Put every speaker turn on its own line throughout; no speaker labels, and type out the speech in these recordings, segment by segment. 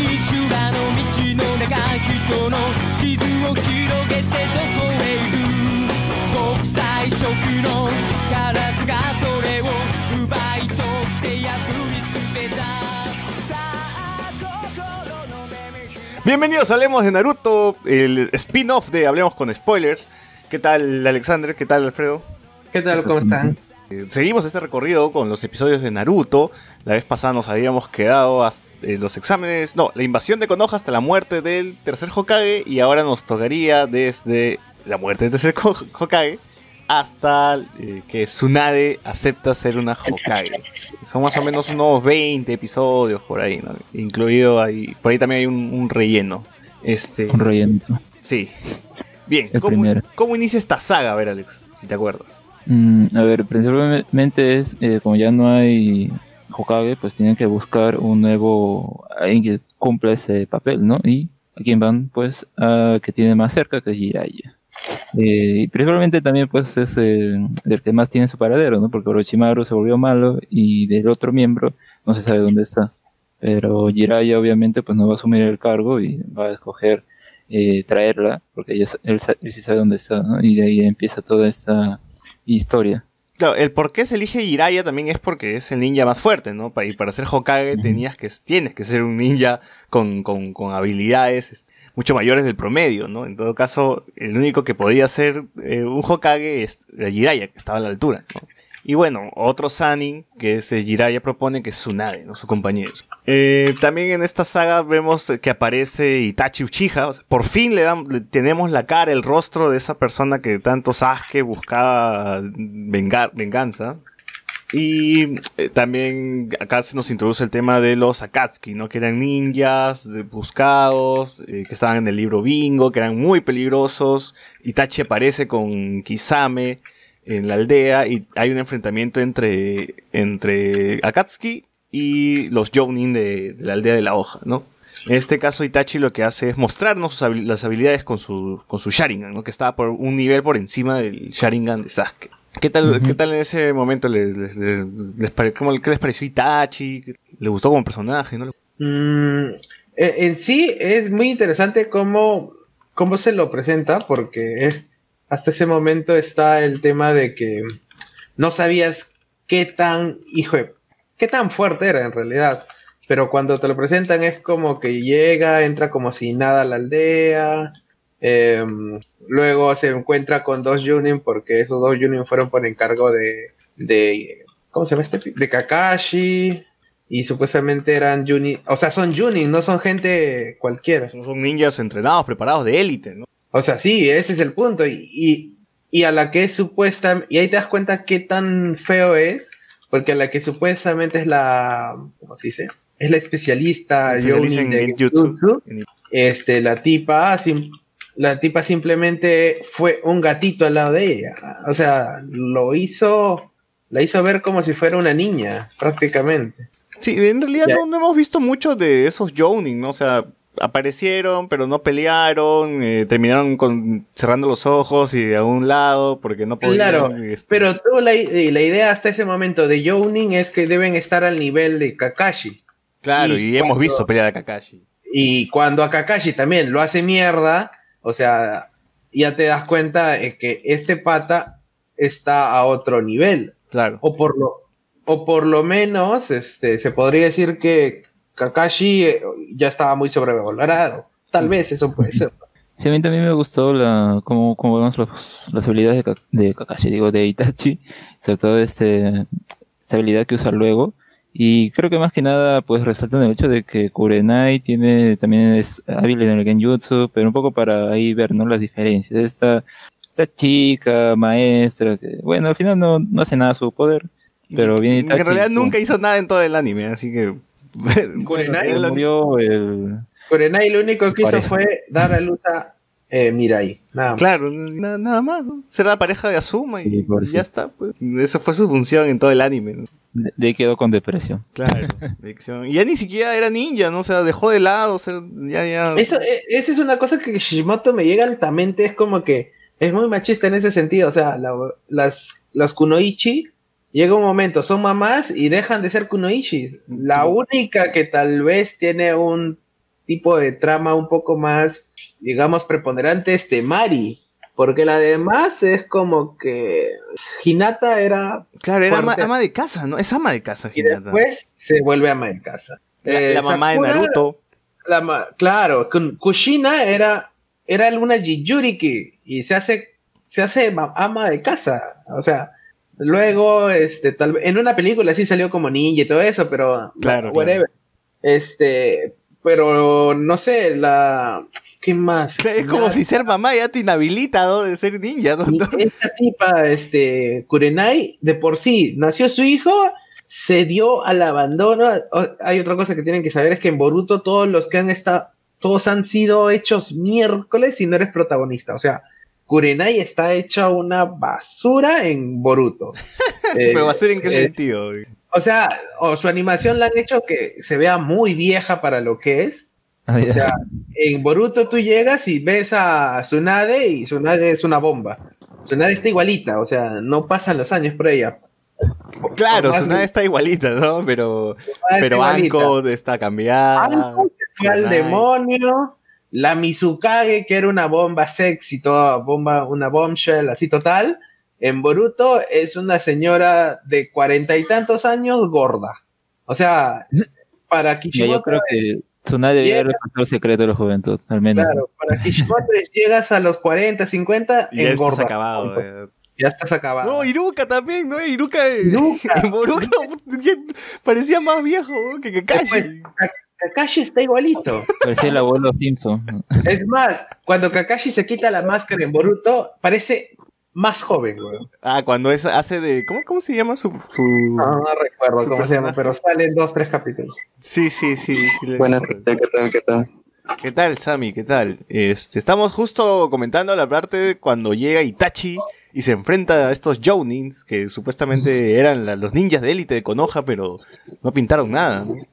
修羅の道の中人の地図を広げてどこへ行く国際色のカラスがそれを奪い取って破り捨てた
Bienvenidos a Hablemos de Naruto, el spin-off de Hablemos con Spoilers. ¿Qué tal, Alexander? ¿Qué tal, Alfredo?
¿Qué tal? ¿Cómo están?
Seguimos este recorrido con los episodios de Naruto. La vez pasada nos habíamos quedado hasta los exámenes... No, la invasión de Konoha hasta la muerte del tercer Hokage. Y ahora nos tocaría desde la muerte del tercer Hokage hasta que Tsunade acepta ser una Hokage. Son más o menos unos 20 episodios por ahí, ¿no? Incluido ahí... Por ahí también hay un relleno.
Un relleno.
Sí. Bien, ¿cómo inicia esta saga? A ver, Alex, si te acuerdas.
A ver, principalmente es, como ya no hay Hokage, pues tienen que buscar un nuevo, alguien que cumpla ese papel, ¿no? Y a quien van, pues, que tiene más cerca, que es Jiraiya. Y principalmente también, pues, es el que más tiene su paradero, ¿no? Porque Orochimaru se volvió malo y del otro miembro no se sabe dónde está. Pero Jiraiya, obviamente, pues no va a asumir el cargo y va a escoger traerla, porque él sí sabe dónde está, ¿no? Y de ahí empieza toda esta historia.
Claro, el por qué se elige Jiraiya también es porque es el ninja más fuerte, ¿no? Y para ser Hokage tienes que ser un ninja con habilidades mucho mayores del promedio, ¿no? En todo caso, el único que podía ser un Hokage era Jiraiya, que estaba a la altura, ¿no? Y bueno, otro Sannin que Jiraiya propone, que es Tsunade, ¿no? Su compañero. También en esta saga vemos que aparece Itachi Uchiha. O sea, por fin le tenemos la cara, el rostro de esa persona que tanto Sasuke buscaba venganza. Y también acá se nos introduce el tema de los Akatsuki, ¿no? Que eran ninjas buscados, que estaban en el libro Bingo, que eran muy peligrosos. Itachi aparece con Kisame en la aldea y hay un enfrentamiento entre Akatsuki y los Jounin de la aldea de la hoja, ¿no? En este caso Itachi lo que hace es mostrarnos las habilidades con su Sharingan, ¿no? Que estaba por un nivel por encima del Sharingan de Sasuke. ¿Qué tal en ese momento qué les pareció Itachi? ¿Le gustó como personaje? ¿No?
En sí es muy interesante cómo se lo presenta, porque hasta ese momento está el tema de que no sabías qué tan fuerte era en realidad. Pero cuando te lo presentan es como que entra como si nada a la aldea. Luego se encuentra con dos Chunin, porque esos dos Chunin fueron por encargo de ¿cómo se llama de Kakashi. Y supuestamente eran Chunin, o sea, son Chunin, no son gente cualquiera.
Son ninjas entrenados, preparados de élite, ¿no?
O sea, sí, ese es el punto. Y a la que es supuesta, y ahí te das cuenta qué tan feo es, porque a la que supuestamente es la, ¿cómo se dice? Es la especialista
en
Genjutsu. La tipa simplemente fue un gatito al lado de ella. O sea, la hizo ver como si fuera una niña, prácticamente.
Sí, en realidad no hemos visto mucho de esos Jounin, ¿no? O sea, aparecieron, pero no pelearon, terminaron cerrando los ojos y a un lado porque no podían.
Claro, pero la idea hasta ese momento de Jounin es que deben estar al nivel de Kakashi.
Claro, y hemos visto pelear a Kakashi.
Y cuando a Kakashi también lo hace mierda, o sea, ya te das cuenta de que este pata está a otro nivel.
Claro.
O por lo menos, se podría decir que Kakashi ya estaba muy sobrevalorado. Tal vez eso puede ser.
Sí, a mí también me gustó cómo vemos las habilidades de Kakashi, de Itachi, sobre todo esta habilidad que usa luego. Y creo que más que nada pues resaltan el hecho de que Kurenai también es hábil en el Genjutsu, pero un poco para ahí ver, ¿no?, las diferencias. Esta chica, maestra, que bueno, al final no hace nada a su poder, pero bien Itachi.
En realidad nunca hizo nada en todo el anime, así que...
Kurenai
murió
Kurenai lo único que hizo fue dar a luz a Mirai, nada más.
Claro, nada más, ¿no? Ser la pareja de Asuma y ya está, pues. Esa fue su función en todo el anime, ¿no?
De ahí quedó con depresión.
Claro, y ya ni siquiera era ninja, ¿no? O sea, dejó de lado,
Eso es una cosa que Kishimoto me llega altamente, es como que es muy machista en ese sentido, o sea, las kunoichi llega un momento, son mamás y dejan de ser kunoichis. La única que tal vez tiene un tipo de trama un poco más, digamos, preponderante es Temari. Porque la demás es como que Hinata era...
Claro, era
fuerte,
ama de casa, ¿no? Es ama de casa,
y
Hinata.
después se vuelve ama de casa.
La mamá de
Sakura,
Naruto.
claro, Kushina era una Jinchuriki y se hace ama de casa. O sea, luego, tal vez, en una película sí salió como ninja y todo eso, pero
Claro,
whatever. Pero no sé, ¿qué más?
O sea, es como si ser mamá ya te inhabilita, ¿no? De ser ninja, ¿no?
Y esta tipa, Kurenai, de por sí, nació su hijo, se dio al abandono. Hay otra cosa que tienen que saber, es que en Boruto todos han sido hechos miércoles si no eres protagonista. O sea, Kurenai está hecha una basura en Boruto.
Pero basura en qué sentido.
O sea, su animación la han hecho que se vea muy vieja para lo que es.
Ah,
O
ya.
sea, en Boruto tú llegas y ves a Tsunade y Tsunade es una bomba. Tsunade está igualita, o sea, no pasan los años por ella.
Claro,
Por más
su nave está igualita, ¿no? Pero
está igualita.
Anko está cambiada.
Anko se fue al
Kurenai.
demonio. La Mizukage, que era una bomba sexy, una bombshell así total. En Boruto es una señora de 40 y tantos años gorda. O sea, para
Ya,
Kishimoto...
yo creo que Tsunade debe haber encontrado el secreto de la juventud, al menos.
Claro, para Kishimoto llegas a los 40, 50,
Y ya estás
engorda.
acabado.
Ya estás acabado.
No, Iruka también, ¿no? Iruka
Iruka.
en Boruto parecía más viejo, ¿no? que
Después,
Kakashi.
Kakashi está igualito.
Parecía el abuelo Simpson.
Es más, cuando Kakashi se quita la máscara en Boruto, parece más joven, güey.
Cuando hace de... ¿Cómo se llama su...?
No recuerdo
su
cómo se llama,
personaje?
pero salen 2, 3 capítulos.
Sí.
Buenas, ¿qué tal?
¿Qué tal, Sammy? ¿Qué tal? Estamos justo comentando la parte de cuando llega Itachi y se enfrenta a estos Jounins, que supuestamente eran los ninjas de élite de Konoha, pero no pintaron nada, ¿no?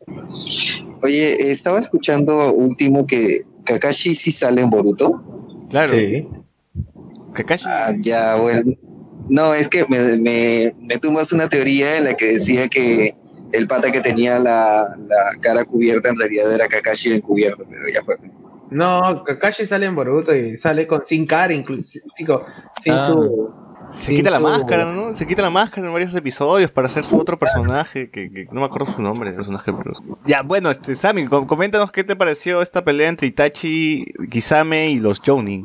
Oye, estaba escuchando último que Kakashi sí sale en Boruto.
Claro,
Sí.
Kakashi...
Ya, bueno. No, es que me tumbas una teoría en la que decía que el pata que tenía la cara cubierta en realidad era Kakashi encubierto, pero ya fue.
No, Kakashi sale en Boruto y sale sin cara, incluso sin su...
Se
sin
quita la
su-
máscara, ¿no? Se quita la máscara en varios episodios para hacer su otro personaje, que no me acuerdo su nombre, el personaje, pero... Ya, bueno, Sammy, coméntanos qué te pareció esta pelea entre Itachi, Kisame y los Jounin.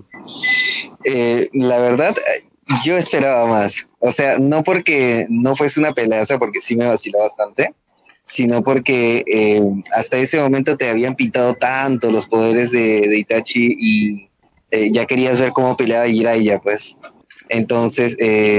La verdad, yo esperaba más. O sea, no porque no fuese una peleaza, porque sí me vaciló bastante, sino porque hasta ese momento te habían pintado tanto los poderes de Itachi y ya querías ver cómo peleaba Jiraiya, pues. Entonces,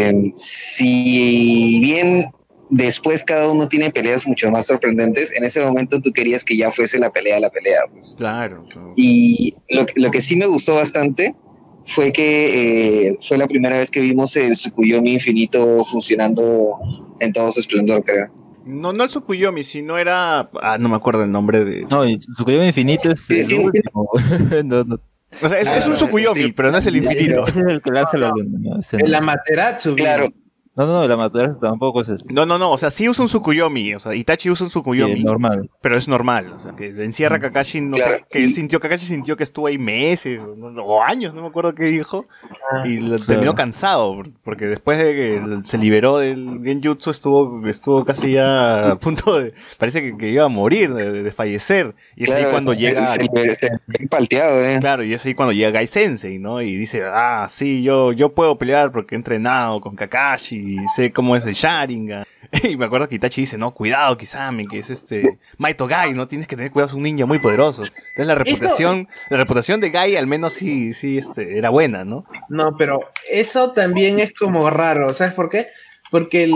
si bien después cada uno tiene peleas mucho más sorprendentes, en ese momento tú querías que ya fuese la pelea, pues.
Claro.
Y lo que sí me gustó bastante fue que fue la primera vez que vimos el Tsukuyomi infinito funcionando en todo su esplendor, creo.
No el Tsukuyomi, sino era... no me acuerdo el nombre de...
No, y su Kuyomi infinito es el último. No.
O sea, es un Tsukuyomi,
sí.
pero no es el infinito.
Ese es el que lanza la luna, ¿no? Ese
El
no.
Amaterasu.
Claro,
No, la materia tampoco es este.
No, o sea, sí usa un Tsukuyomi, o sea, Itachi usa un Tsukuyomi,
Normal.
pero es normal, o sea, que le encierra a Kakashi, no
Claro,
sé, Kakashi sintió que estuvo ahí meses, o años, no me acuerdo qué dijo, y terminó cansado, porque después de que se liberó del Genjutsu estuvo casi ya a punto de, parece que iba a morir, de fallecer, y es ahí cuando llega...
se palteado,
Claro, y es ahí cuando llega Gai Sensei, ¿no? Y dice, sí, yo puedo pelear porque he entrenado con Kakashi y sé cómo es el Sharingan. Y me acuerdo que Itachi dice, no, cuidado, Kisame, que es Maito Gai, ¿no? Tienes que tener cuidado, es un ninja muy poderoso. Entonces la reputación de Gai al menos sí, era buena, ¿no?
No, pero eso también es como raro, ¿sabes por qué? Porque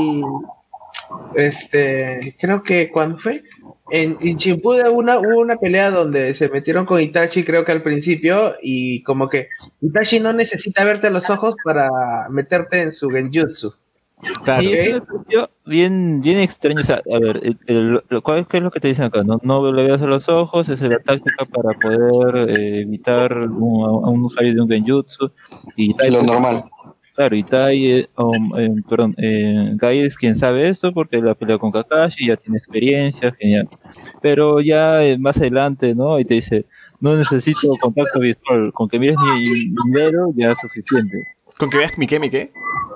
creo que cuando fue en Shippuden hubo una pelea donde se metieron con Itachi, creo que al principio, y como que Itachi no necesita verte a los ojos para meterte en su Genjutsu.
Claro.
Y eso me pareció bien extraño. O sea, a ver, ¿qué es lo que te dicen acá? No le veas a los ojos, esa es la táctica para poder evitar a un usuario de un genjutsu. Y
lo normal.
Claro, y Gai es quien sabe eso porque la pelea con Kakashi, ya tiene experiencia, genial. Pero ya más adelante, ¿no? Y te dice, no necesito contacto visual, con que mires mi dedo ya es suficiente.
¿Con que veas mi qué?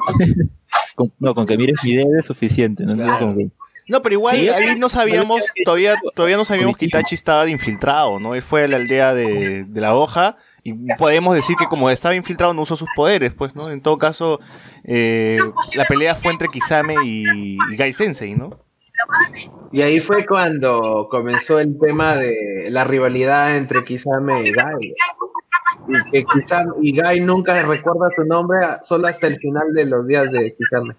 Con que mires mi dedo es suficiente, ¿no?
Claro.
Como que,
No, pero igual
Sí,
ahí no sabíamos, todavía no sabíamos que Itachi estaba infiltrado, ¿no? Él fue a la aldea de la hoja y podemos decir que como estaba infiltrado no usó sus poderes, pues, ¿no? En todo caso, la pelea fue entre Kisame y Gai Sensei, ¿no?
Y ahí fue cuando comenzó el tema de la rivalidad entre Kisame y Gai. Y que Kisame y Gai nunca recuerda su nombre solo hasta el final de los días de Kisame.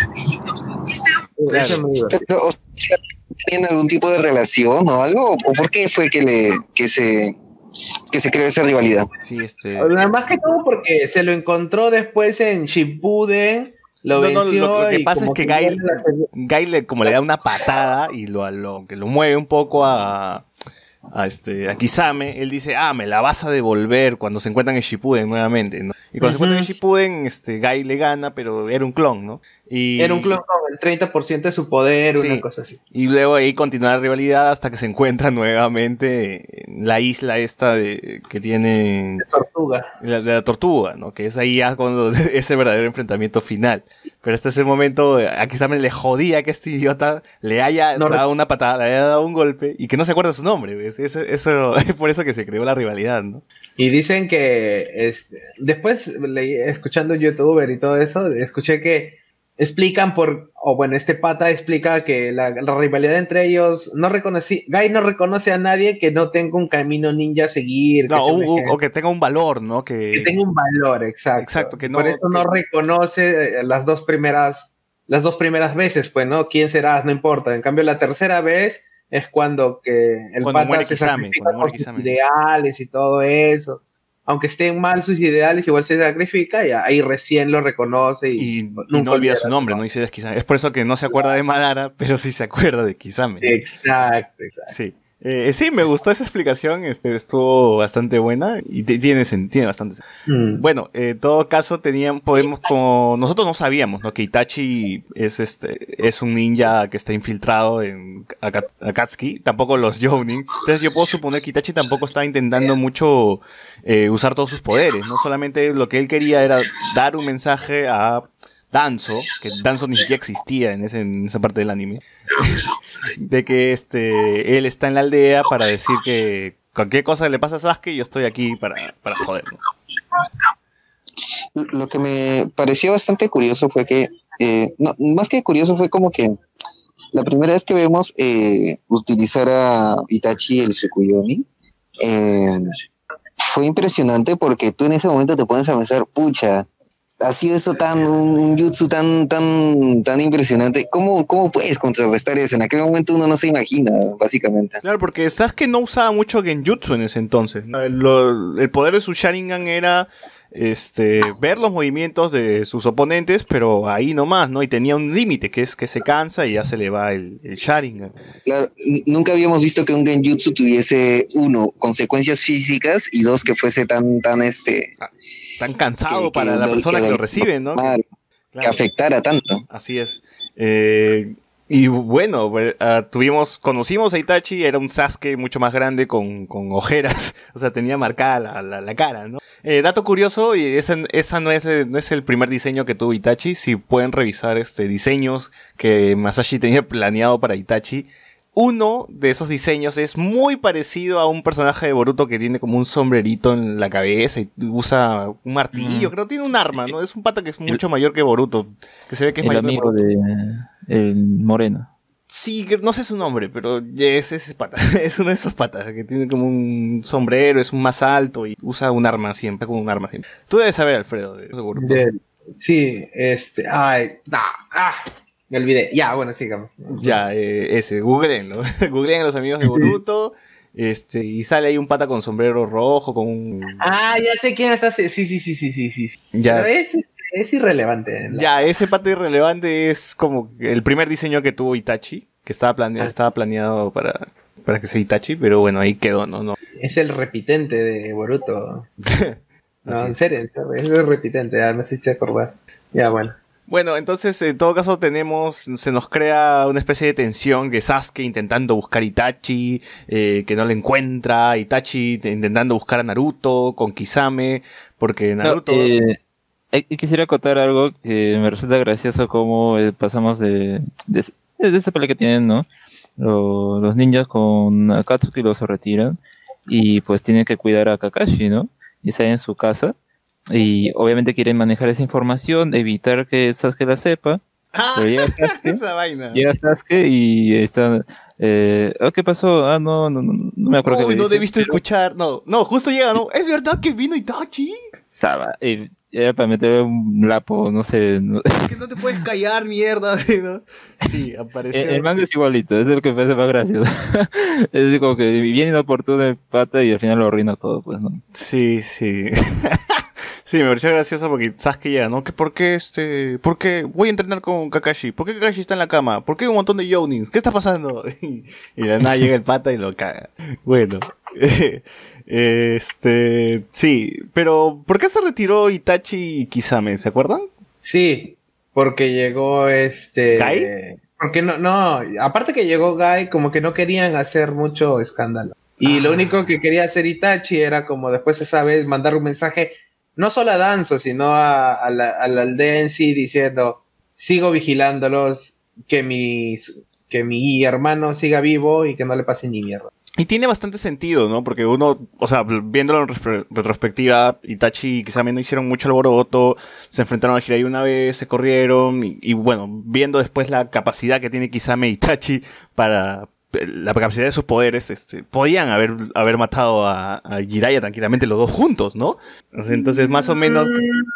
Claro.
Eso es muy divertido.
Pero, o sea, ¿tenían algún tipo de relación o algo? ¿O por qué fue que se creó esa rivalidad?
Sí,
Más que todo porque se lo encontró después en Shippuden, lo
No,
venció.
lo que
y
pasa es
como
que
no
Gai le da una patada y que lo mueve un poco a Kisame. Él dice, me la vas a devolver cuando se encuentran en Shippuden nuevamente, ¿no? Y cuando se encuentran en Shippuden, Gai le gana, pero era un clon, ¿no?
Era un clon con el 30% de su poder,
Sí.
una cosa así.
Y luego ahí continúa la rivalidad hasta que se encuentran nuevamente en la isla esta que tiene...
Tortuga.
de la tortuga, ¿no? Que es ahí ya cuando ese verdadero enfrentamiento final. Pero este es el momento, a Kisame le jodía que este idiota le haya dado una patada, le haya dado un golpe y que no se acuerda su nombre, ¿ves? Eso es por eso que se creó la rivalidad, ¿no?
Y dicen que después, escuchando youtuber y todo eso, escuché que explican este pata explica que la rivalidad entre ellos, Gai no reconoce a nadie que no tenga un camino ninja a seguir.
No, o que tenga un valor, ¿no? Que
tenga un valor, exacto.
Exacto, que no,
por eso no reconoce las dos primeras veces, pues, ¿no? ¿Quién serás? No importa. En cambio, la tercera vez es cuando
muere
se
Kisame,
sacrifica por sus
Kisame.
ideales y todo eso. Aunque estén mal sus ideales, igual se sacrifica y ahí recién lo reconoce
y no olvida su nombre, ¿no? Dice Kisame. Es por eso que no se acuerda de Madara, pero sí se acuerda de Kisame.
Exacto.
Sí. Sí, me gustó esa explicación, estuvo bastante buena y tiene bastante sentido. Bueno, en todo caso nosotros no sabíamos, ¿no? Que Itachi es un ninja que está infiltrado en Akatsuki, tampoco los Jounin. Entonces yo puedo suponer que Itachi tampoco estaba intentando mucho usar todos sus poderes, ¿no? Solamente lo que él quería era dar un mensaje a Danzo, que Danzo ni siquiera existía en esa parte del anime, de que él está en la aldea para decir que cualquier cosa que le pasa a Sasuke, yo estoy aquí para joderlo.
Lo que me pareció bastante curioso fue que, más que curioso fue como que la primera vez que vemos utilizar a Itachi el Tsukuyomi, fue impresionante porque tú en ese momento te pones a pensar, pucha, ha sido eso un jutsu tan impresionante. ¿Cómo puedes contrarrestar eso? En aquel momento uno no se imagina, básicamente.
Claro, porque Sasuke no usaba mucho genjutsu en ese entonces, ¿no? El poder de su Sharingan era ver los movimientos de sus oponentes, pero ahí nomás, ¿no? Y tenía un límite, que es que se cansa y ya se le va el Sharingan.
Claro, nunca habíamos visto que un genjutsu tuviese, uno, consecuencias físicas y dos, que fuese tan
tan cansado para la persona que lo recibe, ¿no?
Claro. Que afectara tanto.
Así es. Y bueno, conocimos a Itachi, era un Sasuke mucho más grande con ojeras, o sea, tenía marcada la cara, ¿no? Dato curioso, y esa no es el primer diseño que tuvo Itachi. Si pueden revisar diseños que Masashi tenía planeado para Itachi, uno de esos diseños es muy parecido a un personaje de Boruto que tiene como un sombrerito en la cabeza y usa un martillo, creo que tiene un arma, ¿no? Es un pata que es mucho mayor que Boruto, que se ve que es mayor que Boruto.
El amigo de el moreno.
Sí, no sé su nombre, pero es ese pata, es uno de esos patas que tiene como un sombrero, es un más alto y usa un arma siempre, como un arma siempre. Tú debes saber, Alfredo, de Boruto.
Sí, me olvidé. Ya, bueno, sigamos.
Ya, googleenlo. Googleen a los amigos de Boruto. Y sale ahí un pata con sombrero rojo, con un...
Ya sé quién está. Sí.
Ya.
Pero es irrelevante.
Ya, ese pata irrelevante es como el primer diseño que tuvo Itachi, que estaba planeado para que sea Itachi, pero bueno, ahí quedó, ¿no?
Es el repitente de Boruto. No,
Así
en
es.
serio, es repitente, ya me hiciste acordar. Ya, bueno.
Bueno, entonces en todo caso se nos crea una especie de tensión de Sasuke intentando buscar a Itachi, que no le encuentra, Itachi intentando buscar a Naruto con Kisame, porque
No,
Naruto...
quisiera acotar algo que me resulta gracioso como pasamos de esa pelea que tienen, ¿no? Los ninjas con Akatsuki los retiran y pues tienen que cuidar a Kakashi, ¿no? Y está en su casa y obviamente quieren manejar esa información, evitar que Sasuke la sepa,
¡Ah!
pero
Esa vaina.
llega Sasuke y está... ¿qué pasó? Ah, no me acuerdo qué
Uy,
le
no
dice,
debiste
pero
escuchar. No, no, justo llega, ¿no? ¿Es verdad que vino Itachi?
estaba... era para meter un lapo, no sé...
Que no te puedes callar, mierda. ¿No? Sí, apareció.
El manga es igualito, es el que me parece más gracioso. Es así como que bien inoportuno el pata y al final lo arruina todo, pues, ¿no?
Sí, sí. Sí, me pareció gracioso porque Sasuke llega, ¿no? ¿Por qué voy a entrenar con Kakashi? ¿Por qué Kakashi está en la cama? ¿Por qué hay un montón de Younins? ¿Qué está pasando? Y de la nada llega el pata y lo caga. Bueno. Sí, pero ¿por qué se retiró Itachi y Kisame? ¿Se acuerdan?
Sí, porque llegó
¿Gai?
Porque no, aparte que llegó Guy, como que no querían hacer mucho escándalo. Y lo único que quería hacer Itachi era como después esa vez mandar un mensaje, no solo a Danzo, sino a la aldea en sí, diciendo, sigo vigilándolos, que mi hermano siga vivo y que no le pase ni mierda.
Y tiene bastante sentido, ¿no? Porque uno, o sea, viéndolo en retrospectiva, Itachi y Kisame no hicieron mucho alboroto, se enfrentaron a Jiraiya una vez, se corrieron, y bueno, viendo después la capacidad que tiene Kisame e Itachi para la capacidad de sus poderes, podían haber matado a Jiraiya tranquilamente los dos juntos, ¿no? O sea, entonces más o menos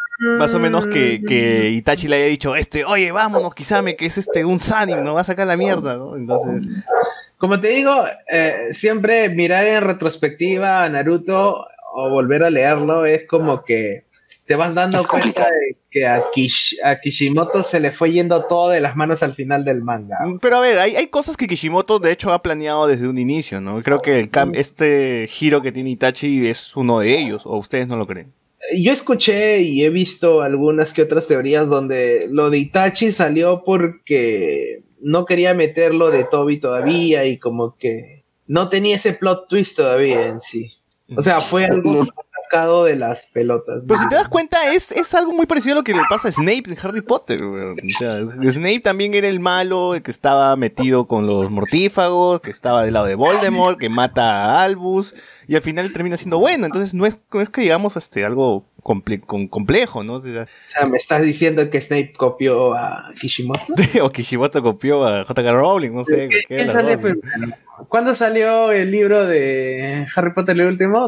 que Itachi le haya dicho, oye, vámonos, Kisame, que es un Sannin, no va a sacar la mierda, ¿no? Entonces...
Como te digo, siempre mirar en retrospectiva a Naruto o volver a leerlo es como que te vas dando
Es
cuenta
complicado.
de que a Kishimoto se le fue yendo todo de las manos al final del manga.
Pero a ver, hay cosas que Kishimoto de hecho ha planeado desde un inicio, ¿no? Creo que este giro que tiene Itachi es uno de ellos, o ustedes no lo creen.
Yo escuché y he visto algunas que otras teorías donde lo de Itachi salió porque no quería meterlo de Toby todavía y como que no tenía ese plot twist todavía en sí. O sea, fue algo
Lo-
sacado de las pelotas.
Pues si te das cuenta, es algo muy parecido a lo que le pasa a Snape en Harry Potter, weón. O sea, Snape también era el malo, el que estaba metido con los mortífagos, que estaba del lado de Voldemort, que mata a Albus, y al final termina siendo bueno. Entonces no es que digamos algo complejo, ¿no? O sea,
O sea, me estás diciendo que Snape copió a Kishimoto.
o Kishimoto copió a J.K. Rowling, no sé, cualquiera
¿Quién
de las
sale
dos, ¿no?
primero? ¿Cuándo salió el libro de Harry Potter el último?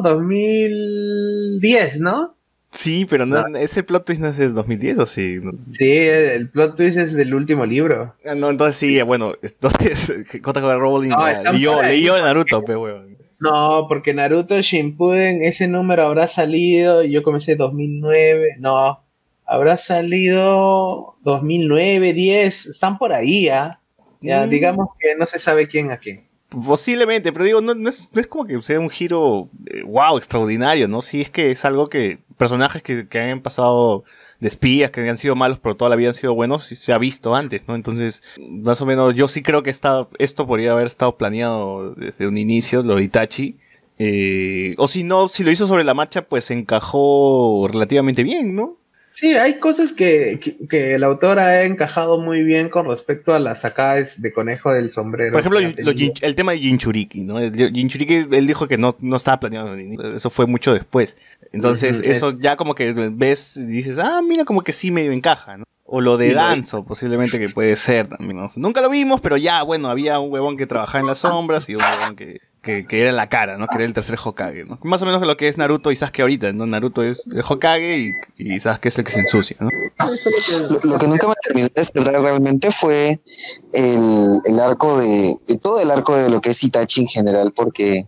2010, ¿no?
Sí, pero ese plot twist no es del 2010, ¿o sí? No,
Sí, el plot twist es del último libro.
no, entonces sí, bueno, entonces J.K. Rowling
No, están por ahí.
leyó de Naruto, pe, weón.
No, porque Naruto Shippuden, ese número habrá salido, yo comencé 2009, no, habrá salido 2009, 10, están por ahí, ¿ah? Ya, digamos que no se sabe quién a quién.
Posiblemente, pero digo, no es como que sea un giro, wow, extraordinario, ¿no? Sí, es que es algo que personajes que han pasado de espías, que han sido malos, pero toda la vida han sido buenos, sí se ha visto antes, ¿no? Entonces, más o menos, yo sí creo que esto podría haber estado planeado desde un inicio, lo de Itachi. O si no, si lo hizo sobre la marcha, pues encajó relativamente bien, ¿no?
Sí, hay cosas que el autor ha encajado muy bien con respecto a las sacadas de conejo del sombrero.
Por ejemplo,
que ha tenido.
el tema de Jinchuriki, ¿no? Jinchuriki, él dijo que no estaba planeado, eso fue mucho después. Entonces,
Ujú,
eso ya como que ves y dices, mira, como que sí medio encaja, ¿no? O lo de
Y lo-
Danzo, posiblemente que puede ser también, ¿no? Nunca lo vimos, pero ya, bueno, había un huevón que trabajaba en las sombras y un huevón que era la cara, ¿no? Que era el tercer Hokage, ¿no? Más o menos lo que es Naruto y Sasuke ahorita, ¿no? Naruto es el Hokage y Sasuke es el que se ensucia, ¿no?
lo que nunca me terminó de cerrar realmente fue el arco de todo el arco de lo que es Itachi en general, porque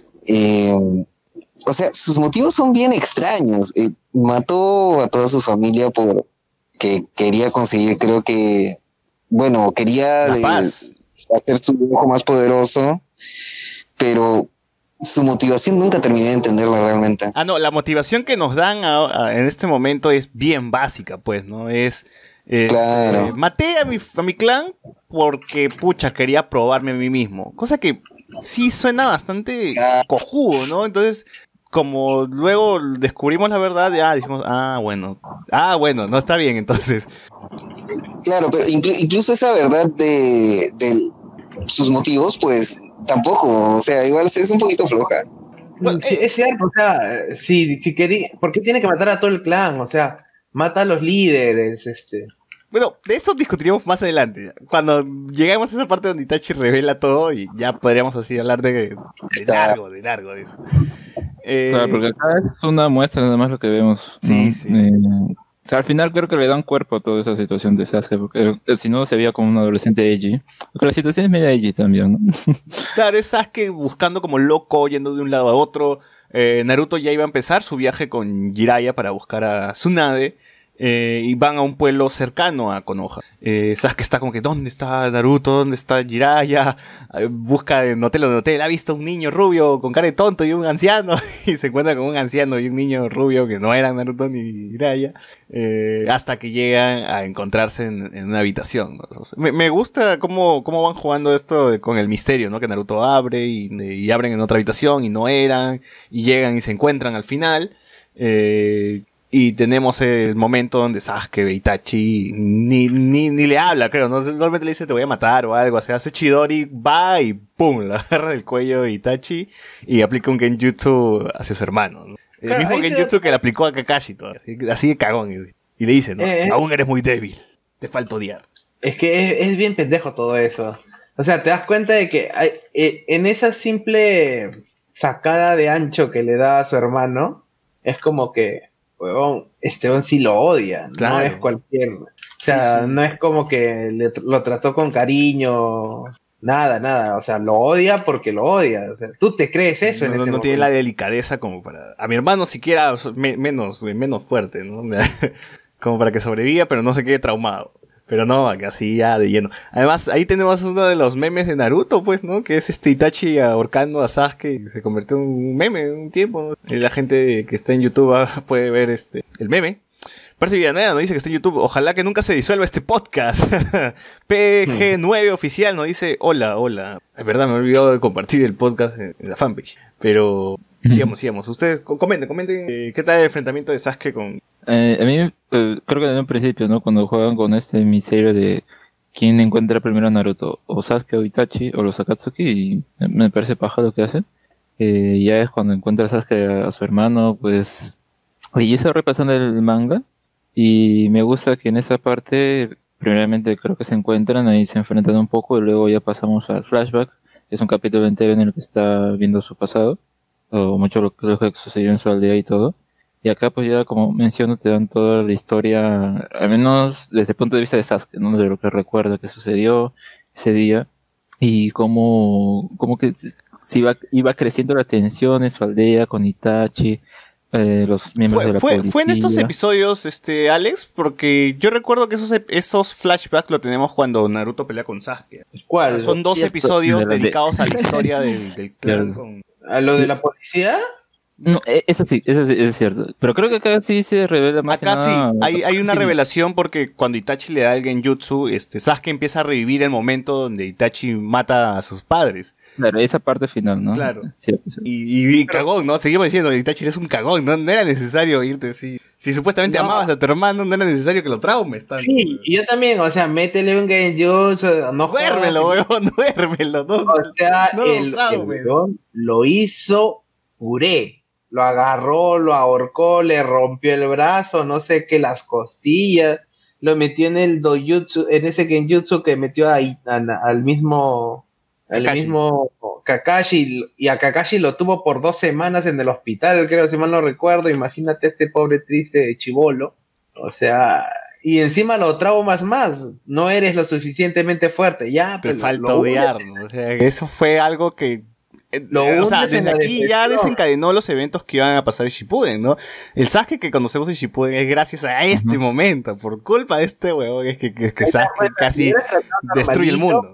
o sea, sus motivos son bien extraños. Mató a toda su familia porque quería conseguir, creo que, bueno, quería
La paz.
hacer su hijo más poderoso, pero su motivación nunca terminé de entenderla realmente.
Ah, no, la motivación que nos dan en este momento es bien básica, pues, ¿no?
Claro.
Maté a mi clan porque, pucha, quería probarme a mí mismo. Cosa que sí suena bastante cojudo, ¿no? Entonces, como luego descubrimos la verdad, ya dijimos, bueno, no está bien, entonces.
Claro, pero incluso esa verdad de sus motivos, pues tampoco, o sea, igual es un poquito floja.
Bueno, sí, es cierto, o sea, si quería, ¿por qué tiene que matar a todo el clan? O sea, mata a los líderes,
Bueno, de esto discutiremos más adelante. Cuando lleguemos a esa parte donde Itachi revela todo y ya podríamos así hablar de largo de eso.
Claro, porque acá es una muestra nada más lo que vemos.
Sí,
¿no?
sí.
O sea, al final creo que le dan cuerpo a toda esa situación de Sasuke, porque si no se veía como un adolescente edgy. Porque la situación es media edgy también, ¿no?
Claro, es Sasuke buscando como loco, yendo de un lado a otro. Naruto ya iba a empezar su viaje con Jiraiya para buscar a Tsunade. Y van a un pueblo cercano a Konoha. Sasuke está como que, ¿dónde está Naruto? ¿Dónde está Jiraiya? Busca en hotel. Ha visto un niño rubio con cara de tonto y un anciano. Y se encuentra con un anciano y un niño rubio que no eran Naruto ni Jiraiya. Hasta que llegan a encontrarse en una habitación, ¿no? Me gusta cómo van jugando esto con el misterio, ¿no? Que Naruto abre y abren en otra habitación y no eran. Y llegan y se encuentran al final. Y tenemos el momento donde Sasuke ve a Itachi ni le habla, creo, ¿no? Normalmente le dice te voy a matar o algo, o sea, hace Chidori, va y pum, la agarra del cuello de Itachi y aplica un genjutsu hacia su hermano, ¿no? El
Claro,
mismo genjutsu que le aplicó a Kakashi, todo, así de cagón. Y le dice, ¿no? Aún eres muy débil, te falta odiar.
Es que es bien pendejo todo eso. O sea, te das cuenta de que en esa simple sacada de ancho que le da a su hermano, es como que huevón, Esteban sí lo odia,
Claro.
no es cualquier, o sea,
Sí.
no es como que lo trató con cariño, nada, o sea, lo odia porque lo odia, o sea, tú te crees eso en ese
No
momento.
tiene la delicadeza como para... A mi hermano siquiera menos fuerte, ¿no? Como para que sobreviva, pero no se quede traumado. Pero no, así ya de lleno. Además, ahí tenemos uno de los memes de Naruto, pues, ¿no? Que es Itachi ahorcando a Sasuke. Se convirtió en un meme en un tiempo, ¿no? Y la gente que está en YouTube puede ver el meme. Parece Villanueva nos dice que está en YouTube. Ojalá que nunca se disuelva este podcast. PG9 oficial nos dice, hola. Es verdad, me he olvidado de compartir el podcast en la fanpage. Pero sigamos. Ustedes comenten qué tal el enfrentamiento de Sasuke con...
A mí, creo que en un principio, ¿no? Cuando juegan con este misterio de quién encuentra primero a Naruto, o Sasuke o Itachi, o los Akatsuki, y me parece paja lo que hacen. Ya es cuando encuentra a Sasuke a su hermano, pues... Y eso repasando el manga, y me gusta que en esa parte, primeramente creo que se encuentran, ahí se enfrentan un poco, y luego ya pasamos al flashback, que es un capítulo entero en el que está viendo su pasado, o mucho lo que sucedió en su aldea y todo. Y acá pues ya como menciono te dan toda la historia, al menos desde el punto de vista de Sasuke, ¿no? De lo que recuerda que sucedió ese día y como que se iba creciendo la tensión en su aldea con Itachi, los miembros de la policía.
¿Fue en estos episodios, Alex? Porque yo recuerdo que esos flashbacks lo tenemos cuando Naruto pelea con Sasuke.
¿Cuál?
O sea, son 2 episodios dedicados a la historia del clan.
Claro.
¿A lo de la policía?
No, eso sí, es cierto. Pero creo que acá sí se revela más
Acá
que
sí,
nada.
hay una revelación porque cuando Itachi le da el genjutsu, Sasuke empieza a revivir el momento donde Itachi mata a sus padres.
Claro, esa parte final, ¿no?
Claro.
Cierto.
Y cagón, ¿no? Seguimos diciendo, Itachi eres un cagón, no era necesario irte así. Si supuestamente amabas a tu hermano, no era necesario que lo traumes tanto.
Sí, y yo también, o sea, métele un genjutsu, no
duérmelo, weón, duérmelo. No,
o sea,
no,
el weón lo hizo puré. Lo agarró, lo ahorcó, le rompió el brazo, no sé qué, las costillas, lo metió en el dojutsu, en ese genjutsu que metió al mismo Kakashi, y a Kakashi lo tuvo por 2 semanas en el hospital, creo, si mal no recuerdo. Imagínate este pobre triste chibolo, o sea, y encima lo traumas más, no eres lo suficientemente fuerte, ya,
te falta odiar, ¿no? O sea, eso fue algo que o sea, desde aquí ya desencadenó los eventos que iban a pasar en Shippuden, ¿no? El Sasuke que conocemos en Shippuden es gracias a este momento, por culpa de este huevón, es que Sasuke casi destruye el mundo.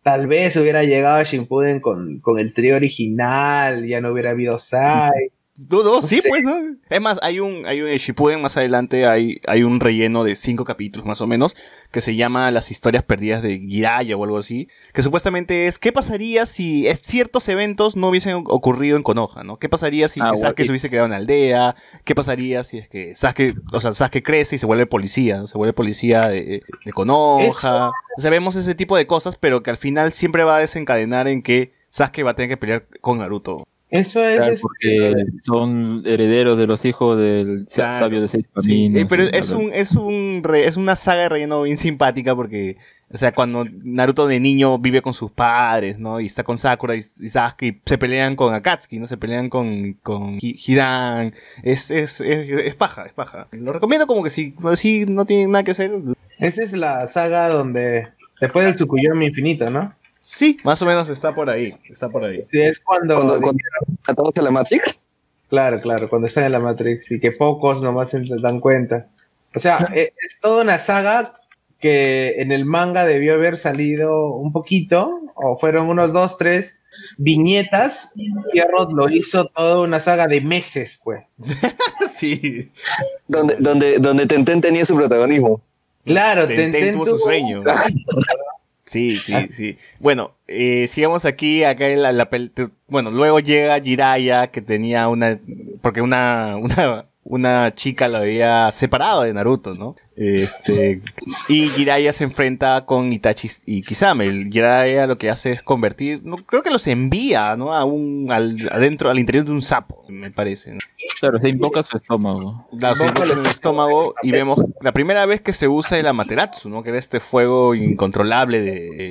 tal vez hubiera llegado a Shippuden con el trío original, ya no hubiera habido Sai.
No, sí,
sé.
pues, ¿no? Es más, hay un en Shippuden más adelante, hay un relleno de 5 capítulos más o menos, que se llama Las historias perdidas de Jiraiya o algo así, que supuestamente es, ¿qué pasaría si ciertos eventos no hubiesen ocurrido en Konoha, ¿no? ¿Qué pasaría si que Sasuke se hubiese quedado en la aldea? ¿Qué pasaría si es que Sasuke crece y se vuelve policía, ¿no? Se vuelve policía de Konoha? O sea, vemos ese tipo de cosas, pero que al final siempre va a desencadenar en que Sasuke va a tener que pelear con Naruto.
Eso es
Claro, porque son herederos de los hijos del
Claro,
sabio de 6
sí,
caminos.
pero es una saga de relleno bien simpática porque, o sea, cuando Naruto de niño vive con sus padres, ¿no? Y está con Sakura y Sasuke, se pelean con Akatsuki, ¿no? Se pelean con Hidan. Es paja, es paja. Lo recomiendo como que si no tiene nada que hacer.
Esa es la saga donde, después del Tsukuyomi infinito, ¿no?
Sí, más o menos está por ahí, está por ahí.
Sí, es cuando
¿Atamos a la Matrix?
claro, cuando están en la Matrix y que pocos nomás se dan cuenta. O sea, es toda una saga que en el manga debió haber salido un poquito, o fueron unos 2, 3 viñetas. Pierrot lo hizo toda una saga de meses, pues.
Sí.
Donde Tenten tenía su protagonismo.
Claro,
Tenten tuvo su sueño. Sí. Bueno, sigamos aquí, acá en bueno, luego llega Jiraiya, que tenía porque una chica lo había separado de Naruto, ¿no? Y Jiraiya se enfrenta con Itachi y Kisame. Jiraiya lo que hace es convertir, no, creo que los envía, ¿no? Al interior de un sapo, me parece, ¿no?
Claro, se invoca su estómago.
Claro, se invoca en el estómago y vemos la primera vez que se usa el Amaterasu, ¿no? Que era este fuego incontrolable de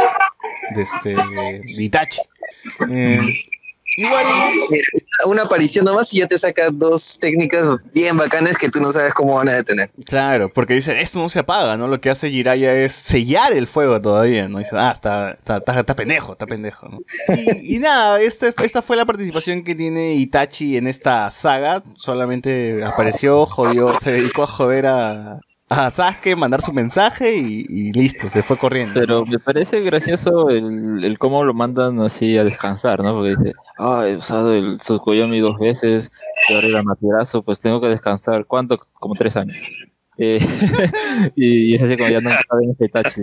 Itachi. Igual,
Una aparición nomás y ya te saca 2 técnicas bien bacanas que tú no sabes cómo van a detener.
claro, porque dice, esto no se apaga, ¿no? Lo que hace Jiraiya es sellar el fuego todavía, ¿no? Dice, está pendejo, ¿no? Y nada, esta fue la participación que tiene Itachi en esta saga. Solamente apareció, jodió, se dedicó a joder a Sasuke, mandar su mensaje y listo, se fue corriendo.
Pero me parece gracioso el cómo lo mandan así a descansar, ¿no? Porque dice, he usado el Tsukuyomi 2 veces, y ahora el Amaterasu, pues tengo que descansar. ¿Cuánto? Como 3 años. Y es así como ya no saben este Itachi.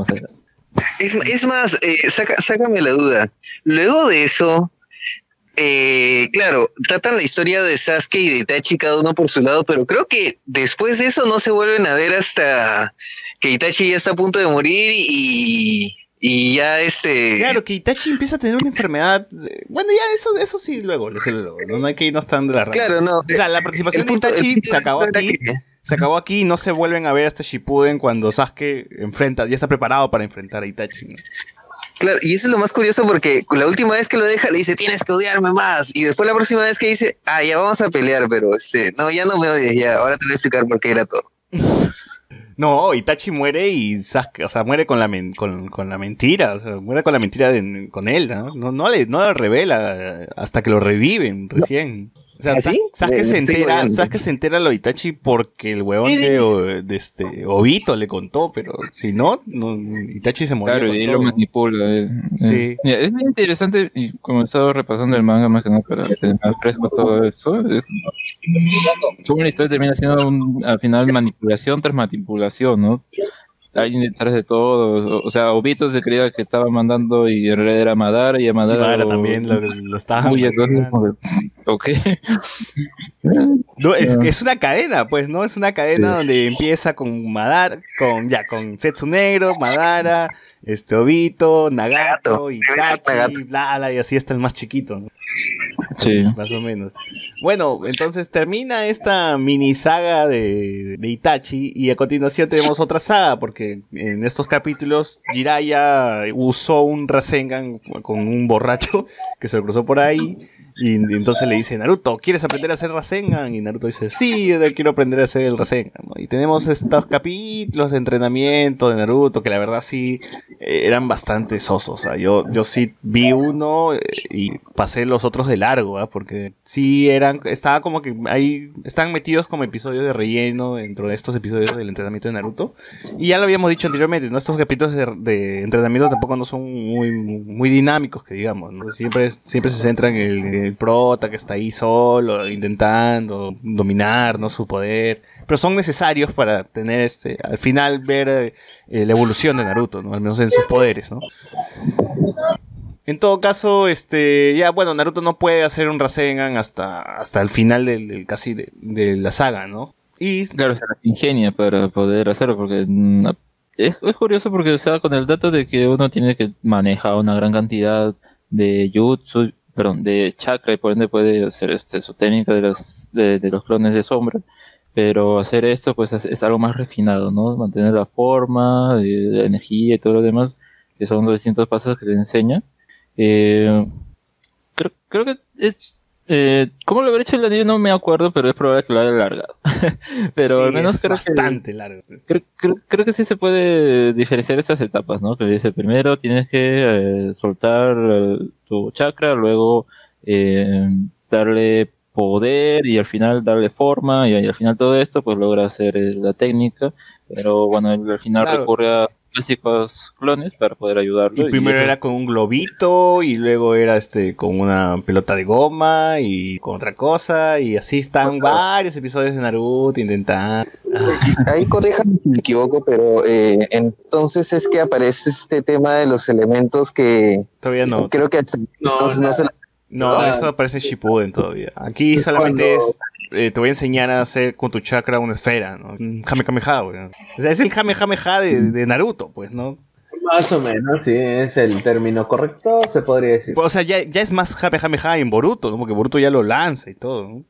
Es más, sácame la duda. Luego de eso, claro, tratan la historia de Sasuke y de Itachi cada uno por su lado, pero creo que después de eso no se vuelven a ver hasta que Itachi ya está a punto de morir y ya
Claro, que Itachi empieza a tener una enfermedad. Bueno, ya eso sí, luego, no hay que irnos tan de la rama.
Claro, no.
O sea, la participación de Itachi se acabó aquí. Se acabó aquí y no se vuelven a ver hasta Shippuden cuando Sasuke ya está preparado para enfrentar a Itachi, ¿no?
Claro, y eso es lo más curioso porque la última vez que lo deja le dice, tienes que odiarme más. Y después la próxima vez que dice, ya vamos a pelear, pero no, ya no me odies, ya, ahora te voy a explicar por qué era todo.
No, Itachi muere y Sasuke, o sea, muere con la mentira, o sea, muere con la mentira con él, ¿no? No le revela hasta que lo reviven recién. O sea,
¿Ah, sí?
Sasuke se entera lo de Itachi porque el huevón de Obito le contó, pero si no, Itachi se murió.
Claro, y él lo manipula.
Sí.
Mira, es muy interesante, y como he estado repasando el manga más que nada para tener más fresco todo eso, como la historia termina siendo al final manipulación tras manipulación, ¿no? Alguien detrás de todo, o sea, Obito se creía que estaba mandando y en realidad era Madara, y a Madara
también lo estaba
muy entonces, ok.
No, es una cadena, pues, ¿no? Es una cadena donde empieza con Madara, con Zetsu Negro, Madara, Obito, Nagato, Itachi, y así hasta el más chiquito, ¿no?
Sí.
Más o menos. Bueno, entonces termina esta mini saga de Itachi y a continuación tenemos otra saga porque en estos capítulos Jiraiya usó un Rasengan con un borracho que se lo cruzó por ahí Y entonces le dice, Naruto, ¿quieres aprender a hacer Rasengan? Y Naruto dice, sí, yo quiero aprender a hacer el Rasengan, ¿no? Y tenemos estos capítulos de entrenamiento de Naruto que la verdad sí eran bastante sosos. O sea, yo sí vi uno y pasé los otros de largo, ¿eh? Porque sí estaba como que ahí están metidos como episodios de relleno dentro de estos episodios del entrenamiento de Naruto. Y ya lo habíamos dicho anteriormente, ¿no? Estos capítulos de entrenamiento tampoco no son muy dinámicos, que digamos, ¿no? Siempre se centran en el prota que está ahí solo, intentando dominar, ¿no? Su poder. Pero son necesarios para tener al final ver la evolución de Naruto, ¿no? Al menos en sus poderes, ¿no? En todo caso, ya bueno, Naruto no puede hacer un Rasengan hasta el final casi de la saga, ¿no? Y
claro, se las ingenia para poder hacerlo, porque es curioso porque, o sea, con el dato de que uno tiene que manejar una gran cantidad de jutsu, perdón, de chakra, y por ende puede hacer su técnica de los clones de sombra, pero hacer esto pues es algo más refinado, ¿no? Mantener la forma, la energía y todo lo demás, que son los distintos pasos que se enseña. Creo que cómo lo habrá hecho el anime no me acuerdo, pero es probable que lo haya alargado. Pero
sí,
al menos
es
creo
bastante largo.
Creo que sí se puede diferenciar estas etapas, ¿no? Que dice, primero tienes que soltar tu chakra, luego darle poder y al final darle forma y al final todo esto pues logra hacer la técnica, pero bueno, al final
claro,
recurre a clásicos clones para poder ayudarlo.
Y primero era con un globito y luego era con una pelota de goma y con otra cosa y así están varios episodios de Naruto intentando.
Ahí corríjame si me equivoco, pero entonces es que aparece este tema de los elementos que
todavía no.
Creo que
no, eso aparece en Shippuden todavía. Aquí solamente te voy a enseñar a hacer con tu chakra una esfera, ¿no? Un Kamehameha, güey. O sea, es el Kamehameha de Naruto, pues, ¿no?
Más o menos, sí, es el término correcto, se podría decir.
O sea, ya es más Kamehameha en Boruto, ¿no? Porque Boruto ya lo lanza y todo, ¿no?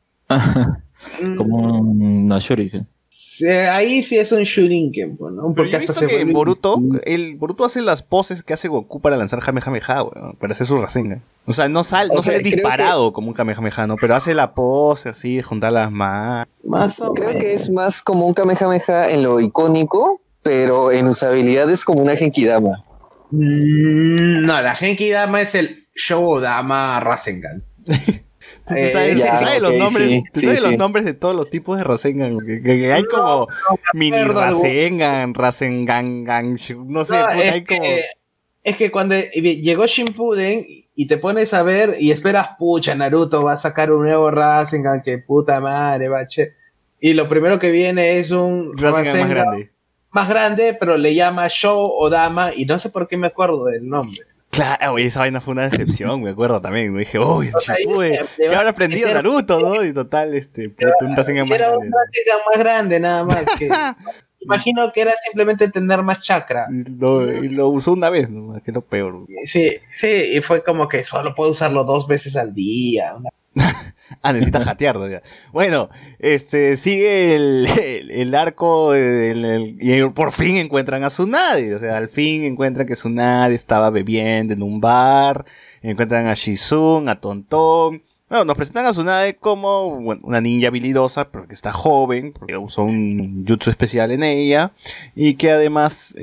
Como una Shuriken.
Ahí sí es un Shuriken, ¿no?
Porque yo he visto que en Boruto, Boruto hace las poses que hace Goku para lanzar Kamehameha, güey, para hacer su Rasengan. O sea, no sale disparado como un Kamehameha, ¿no? Pero hace la pose así, de juntar las manos.
Creo que es más como un Kamehameha en lo icónico, pero en usabilidad es como una Genkidama.
No, la Genkidama es el Shoudama Rasengan.
¿Tú sabes los nombres? ¿Tú sabes los nombres de todos los tipos de Rasengan? Que hay como mini Rasengan, Rasengan, no sé, hay como...
Es que cuando llegó Shippuden y te pones a ver y esperas, pucha, Naruto va a sacar un nuevo Rasengan, que puta madre, bache. Y lo primero que viene es un
Rasengan
más grande, pero le llama Shoudama y no sé por qué me acuerdo del nombre.
Claro, esa vaina fue una decepción, me acuerdo también. Me dije, uy, Shippuden, ¿qué habrá aprendido Naruto, no? Y total, un Rasengan más grande.
Era un Rasengan más grande, nada más. Imagino que era simplemente tener más chakra.
Y lo usó una vez, ¿no? Que es lo peor.
Sí, y fue como que solo puedo usarlo 2 veces al día.
Necesita jatear todavía. Bueno, sigue el arco y por fin encuentran a Tsunade. O sea, al fin encuentran que Tsunade estaba bebiendo en un bar. Encuentran a Shizun, a Tonton. Bueno, nos presentan a Tsunade como una ninja habilidosa, pero que está joven, porque usó un jutsu especial en ella, y que además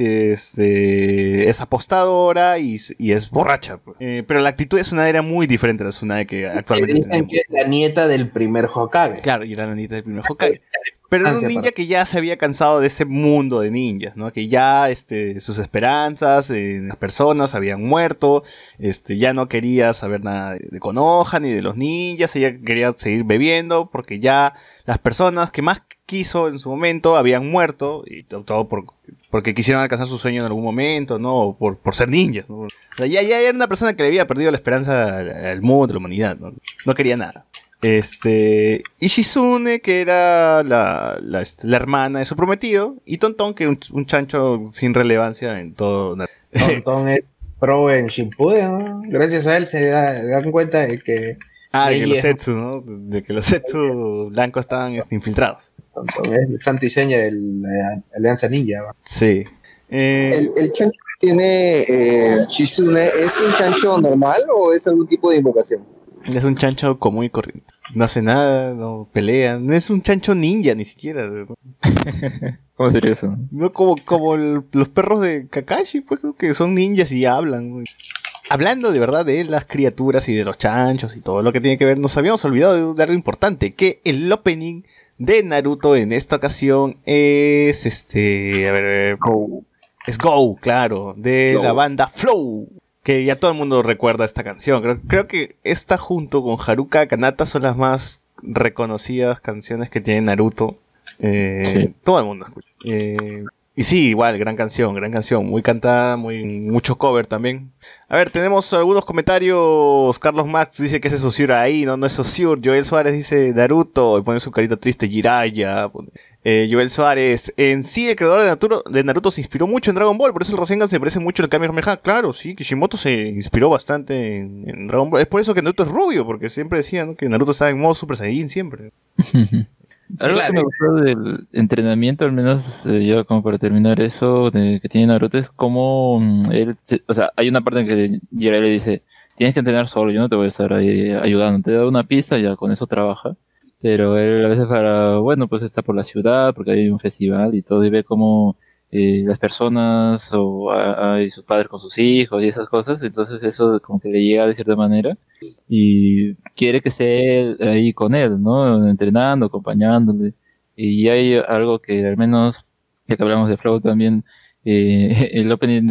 es apostadora y es borracha. Pues. Pero la actitud de Tsunade era muy diferente a la Tsunade que actualmente
tenemos. Dicen que es la nieta del primer Hokage.
Claro, y era la nieta del primer Hokage. Pero era un ninja que ya se había cansado de ese mundo de ninjas, ¿no? Que ya sus esperanzas en las personas habían muerto, ya no quería saber nada de Konoha ni de los ninjas, ella quería seguir bebiendo porque ya las personas que más quiso en su momento habían muerto y todo porque quisieron alcanzar su sueño en algún momento, ¿no? O por ser ninjas, ¿no? O sea, ya era una persona que le había perdido la esperanza al mundo, a la humanidad, ¿no? No quería nada. Y Shizune, que era la hermana de su prometido, y Tonton, que era un chancho sin relevancia en todo.
Tonton es pro en Shippuden, ¿no? Gracias a él se dan cuenta de que...
de que los Zetsu, ¿no? De que los Zetsu blancos estaban infiltrados.
Tonton es el santo y seña de la Alianza Ninja, ¿no?
Sí.
¿El chancho que tiene Shizune es un chancho normal o es algún tipo de invocación?
Es un chancho común y corriente. No hace nada, no pelea. No es un chancho ninja ni siquiera. ¿No?
¿Cómo sería eso?
No como los perros de Kakashi, pues, ¿no? Que son ninjas y hablan. ¿No? Hablando de verdad de las criaturas y de los chanchos y todo lo que tiene que ver, nos habíamos olvidado de algo importante, que el opening de Naruto en esta ocasión es
Go.
es Go, claro, de
Go.
la banda Flow, que ya todo el mundo recuerda esta canción. Creo que esta junto con Haruka Kanata son las más reconocidas canciones que tiene Naruto.
Sí.
Todo el mundo escucha. Y sí, igual, gran canción, muy cantada, mucho cover también. A ver, tenemos algunos comentarios. Carlos Max dice que ese Saussure ahí, no es Saussure. Joel Suárez dice Naruto, y pone su carita triste, Jiraiya. Joel Suárez, en sí el creador de Naruto se inspiró mucho en Dragon Ball, por eso el Rasengan se parece mucho al Kamehameha. Claro, sí, Kishimoto se inspiró bastante en Dragon Ball. Es por eso que Naruto es rubio, porque siempre decían, ¿no?, que Naruto estaba en modo Super Saiyajin siempre.
Algo
Claro.
que me gustó del entrenamiento, al menos yo como para terminar eso, que tiene Naruto, es como o sea, hay una parte en que Jiraiya le dice, tienes que entrenar solo, yo no te voy a estar ahí ayudando, te da una pista, ya con eso trabaja, pero él a veces bueno, pues está por la ciudad, porque hay un festival y todo, y ve como las personas y sus padres con sus hijos y esas cosas, entonces eso como que le llega de cierta manera y quiere que esté él ahí con él, ¿no? Entrenando, acompañándole. Y hay algo que al menos, ya que hablamos de Flow también, el opening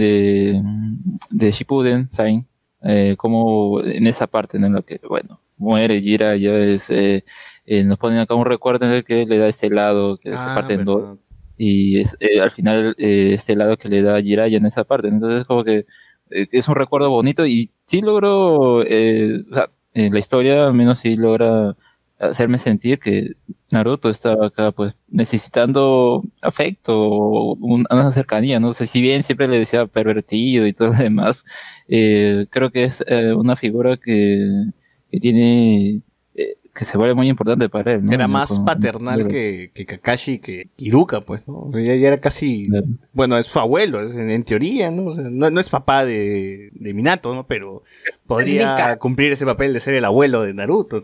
de Shippuden, Sign, como en esa parte, ¿no? En la que, bueno, muere Jiraiya, nos ponen acá un recuerdo en el que le da este lado, que se parte en dos.
Verdad.
Y es al final este lado que le da Jiraiya en esa parte. Entonces como que es un recuerdo bonito y sí logró, o sea, la historia al menos sí logra hacerme sentir que Naruto estaba acá pues necesitando afecto, una cercanía, ¿no? O sea, si bien siempre le decía pervertido y todo lo demás, creo que es una figura que tiene... que se vuelve muy importante para él, ¿no?
Era más paternal que Kakashi, que Iruka, pues, ¿no? Ya era casi...
Claro.
Bueno, es su abuelo, en teoría, ¿no? O sea, no es papá de Minato, ¿no? Pero podría cumplir ese papel de ser el abuelo de Naruto.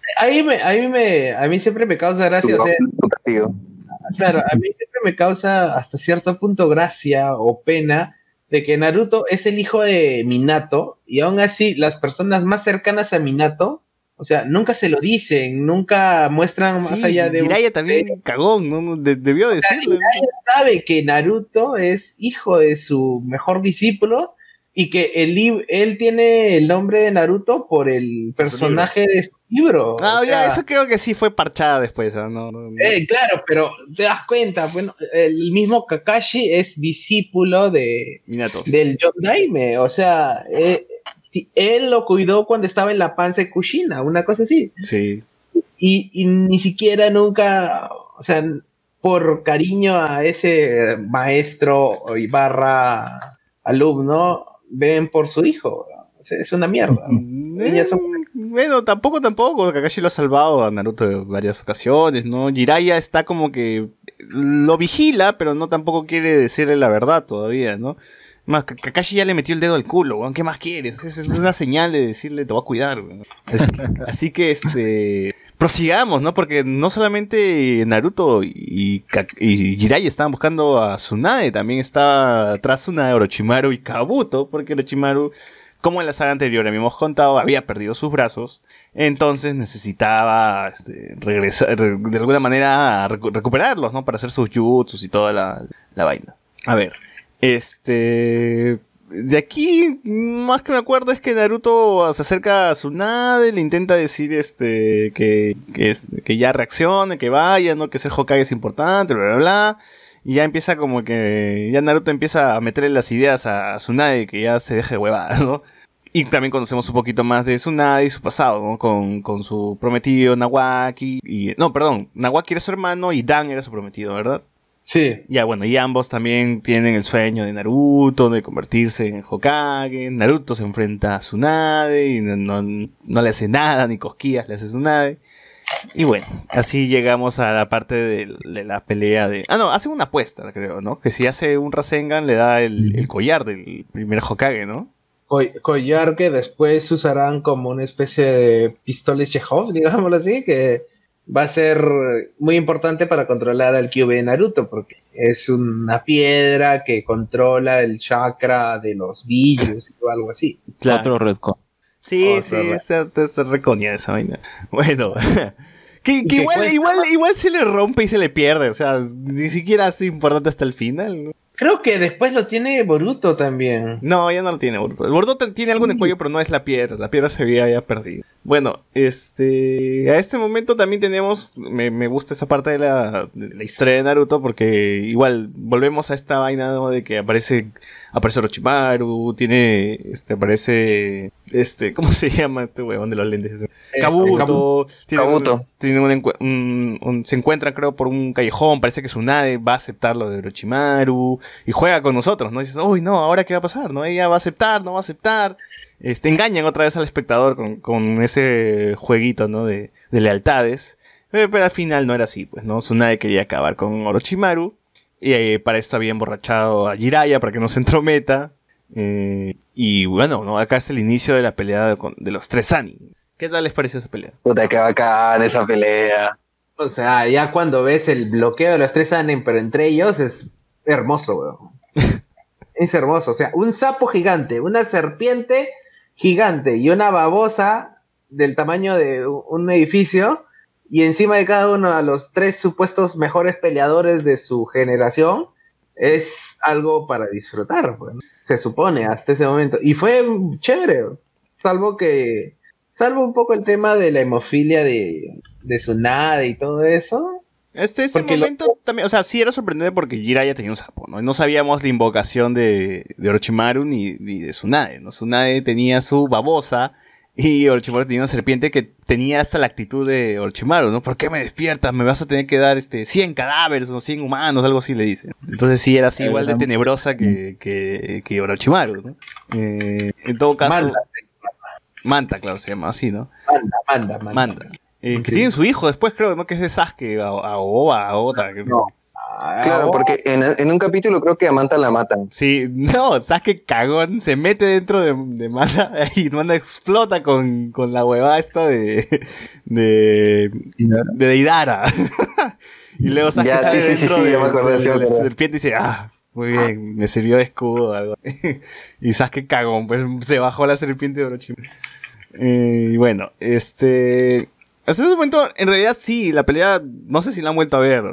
A mí siempre me causa gracia, o sea,
Tío.
claro, a mí siempre me causa hasta cierto punto gracia o pena de que Naruto es el hijo de Minato y aún así las personas más cercanas a Minato, o sea, nunca se lo dicen, nunca muestran más
Sí,
allá de
Jiraiya también cagón, ¿no? Debió decirlo.
Jiraiya sabe que Naruto es hijo de su mejor discípulo y que él tiene el nombre de Naruto por el
Por su
personaje de su libro.
Ah,
o
ya,
sea,
eso creo que sí fue parchada después, ¿no?
claro, pero te das cuenta, bueno, el mismo Kakashi es discípulo
Minato.
del John Daime, o sea, él lo cuidó cuando estaba en la panza de Kushina, una cosa así.
Sí.
Y ni siquiera nunca, o sea, por cariño a ese maestro y barra alumno, ven por su hijo. O sea, es una mierda. Niñas son-
Bueno, tampoco. Kakashi lo ha salvado a Naruto en varias ocasiones, ¿no? Jiraiya está como que lo vigila, pero no tampoco quiere decirle la verdad todavía, ¿no? Más, Kakashi ya le metió el dedo al culo, weón. ¿Qué más quieres? Es una señal de decirle, te voy a cuidar, weón. Así que, prosigamos, ¿no? Porque no solamente Naruto y Jiraiya estaban buscando a Tsunade, también está atrás una de Orochimaru y Kabuto, porque Orochimaru, como en la saga anterior habíamos contado, había perdido sus brazos, entonces necesitaba regresar, de alguna manera recuperarlos, ¿no? Para hacer sus jutsus y toda la vaina. A ver, de aquí, más que me acuerdo es que Naruto se acerca a Tsunade, le intenta decir que ya reaccione, que vaya, ¿no? Que ser Hokage es importante, bla, bla, bla. Y ya empieza como que... Ya Naruto empieza a meterle las ideas a Tsunade, que ya se deje de huevadas, ¿no? Y también conocemos un poquito más de Tsunade y su pasado, ¿no? Con su prometido Nawaki. No, perdón. Nawaki era su hermano y Dan era su prometido, ¿verdad?
Sí.
Ya, bueno, y ambos también tienen el sueño de Naruto, de convertirse en Hokage. Naruto se enfrenta a Tsunade y no le hace nada, ni cosquillas le hace Tsunade. Y bueno, así llegamos a la parte de la pelea de... Ah, no, hacen una apuesta, creo, ¿no? Que si hace un Rasengan le da el collar del primer Hokage, ¿no?
collar que después usarán como una especie de pistolas Chekhov, digámoslo así, que va a ser muy importante para controlar al Kyuubi de Naruto, porque es una piedra que controla el chakra de los Bijus o algo así.
Claro.
Otro retcon.
Sí,
Otra
se reconía esa vaina. Bueno, que
que
igual se le rompe y se le pierde, o sea, ni siquiera es importante hasta el final, ¿no?
Creo que después lo tiene Boruto también.
No, ya no lo tiene Boruto. El Boruto tiene algo en el cuello, pero no es la piedra se había ya perdido. Bueno, a este momento también tenemos, me gusta esta parte de la historia de Naruto, porque igual volvemos a esta vaina, ¿no? De que aparece Orochimaru, aparece, ¿cómo se llama este huevón de los lentes? Kabuto.
Kabuto.
Se encuentran, creo, por un callejón, parece que Tsunade va a aceptar lo de Orochimaru, y juega con nosotros, ¿no? Y dices, uy, no, ¿ahora qué va a pasar? ¿No? Ella va a aceptar, no va a aceptar. Engañan otra vez al espectador con ese jueguito, ¿no? De lealtades. Pero al final no era así, pues, ¿no? Tsunade quería acabar con Orochimaru. Y para esto había emborrachado a Jiraiya para que no se entrometa. Y bueno, ¿no? Acá es el inicio de la pelea de los tres Sannin. ¿Qué tal les parece esa pelea?
Puta, qué bacán esa pelea.
O sea, ya cuando ves el bloqueo de los tres Sannin, pero entre ellos es hermoso, weón. Es hermoso. O sea, un sapo gigante, una serpiente gigante y una babosa del tamaño de un edificio. Y encima de cada uno a los tres supuestos mejores peleadores de su generación. Es algo para disfrutar, pues, ¿no? Se supone, hasta ese momento. Y fue chévere. Salvo un poco el tema de la hemofilia de Tsunade y todo eso.
Ese
Porque
momento también, o sea, sí era sorprendente porque Jiraiya tenía un sapo, ¿no? No sabíamos la invocación de Orochimaru ni de Tsunade, ¿no? Tsunade tenía su babosa y Orochimaru tenía una serpiente que tenía hasta la actitud de Orochimaru, ¿no? ¿Por qué me despiertas? Me vas a tener que dar 100 cadáveres o 100 humanos, algo así le dice. Entonces sí era así igual de tenebrosa que Orochimaru, ¿no? En todo caso... Manta, claro, se llama así, ¿no? Manda. Que tienen su hijo después, creo, ¿no? Que es de Sasuke, Aota.
No.
Claro, porque en un capítulo creo que a Manta la matan.
Sí, no, Sasuke cagón se mete dentro de Manda y Manda explota con la huevada esta de Deidara. Y luego Sasuke
Ya,
sale
sí,
dentro
ya me acordé,
de la
sí.
serpiente y dice, muy bien, me sirvió de escudo o algo. Y Sasuke cagón, pues se bajó la serpiente de Orochimaru. Y bueno, hasta ese momento, en realidad sí, la pelea, no sé si la han vuelto a ver,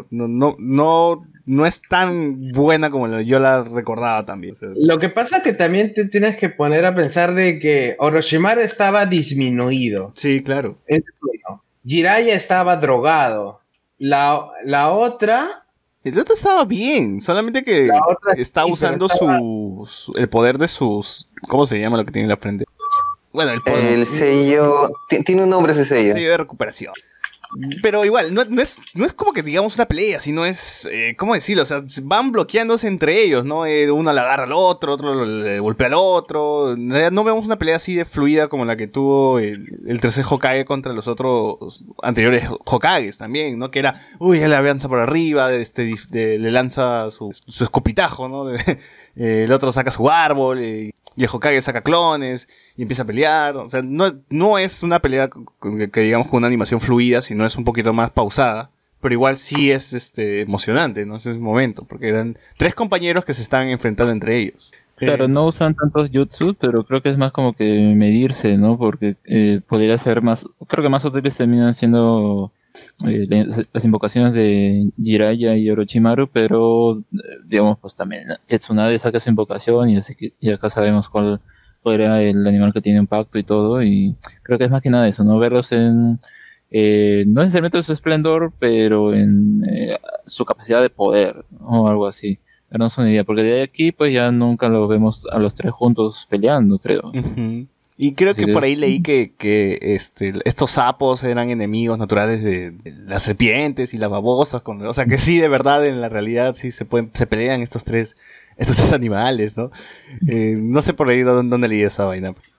no es tan buena como yo la recordaba también. O sea,
Lo que pasa es que también te tienes que poner a pensar de que Orochimaru estaba disminuido.
sí, claro.
Eso es uno. Jiraiya estaba drogado. La otra...
El otro estaba bien, solamente que
La otra
está
sí,
usando
pero
el poder de sus... ¿Cómo se llama lo que tiene en la frente? Bueno, el poder.
El sello... Tiene un nombre ese sello.
Sello de recuperación. Pero igual, no es como que digamos una pelea, sino es, ¿cómo decirlo? O sea, van bloqueándose entre ellos, ¿no? Uno le agarra al otro le golpea al otro. En realidad no vemos una pelea así de fluida como la que tuvo el tercer Hokage contra los otros anteriores Hokages también, ¿no? Que era, él le avanza por arriba, le lanza su escopitajo, ¿no? El otro saca su árbol, y el Hokage saca clones y empieza a pelear. O sea, no es una pelea que digamos con una animación fluida, sino es un poquito más pausada. Pero igual sí es emocionante, ¿no? Ese momento, porque eran tres compañeros que se están enfrentando entre ellos.
Claro, no usan tantos jutsu, pero creo que es más como que medirse, ¿no? Porque podría ser más... Creo que más útiles terminan siendo las invocaciones de Jiraiya y Orochimaru, pero digamos, pues también que Tsunade saca su invocación y acá sabemos cuál era el animal que tiene impacto y todo, y creo que es más que nada eso, ¿no? Verlos en... no necesariamente en su esplendor, pero en su capacidad de poder, ¿no? O algo así. Darnos una idea, porque de aquí pues ya nunca lo vemos a los tres juntos peleando, creo.
Uh-huh. Y creo
Así
que por ahí leí que estos sapos eran enemigos naturales de las serpientes y las babosas, o sea que sí, de verdad, en la realidad sí se pelean estos tres animales, ¿no? No sé por ahí dónde leí esa vaina.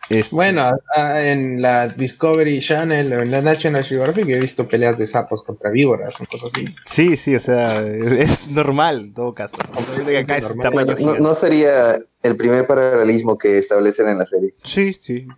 Bueno, en la Discovery Channel o en la National Geographic he visto peleas de sapos contra víboras o cosas así.
Sí, o sea, es normal en todo caso. Solamente que acá es tamaño
No,
gigante.
no sería el primer paralelismo que establecen en la serie.
Sí.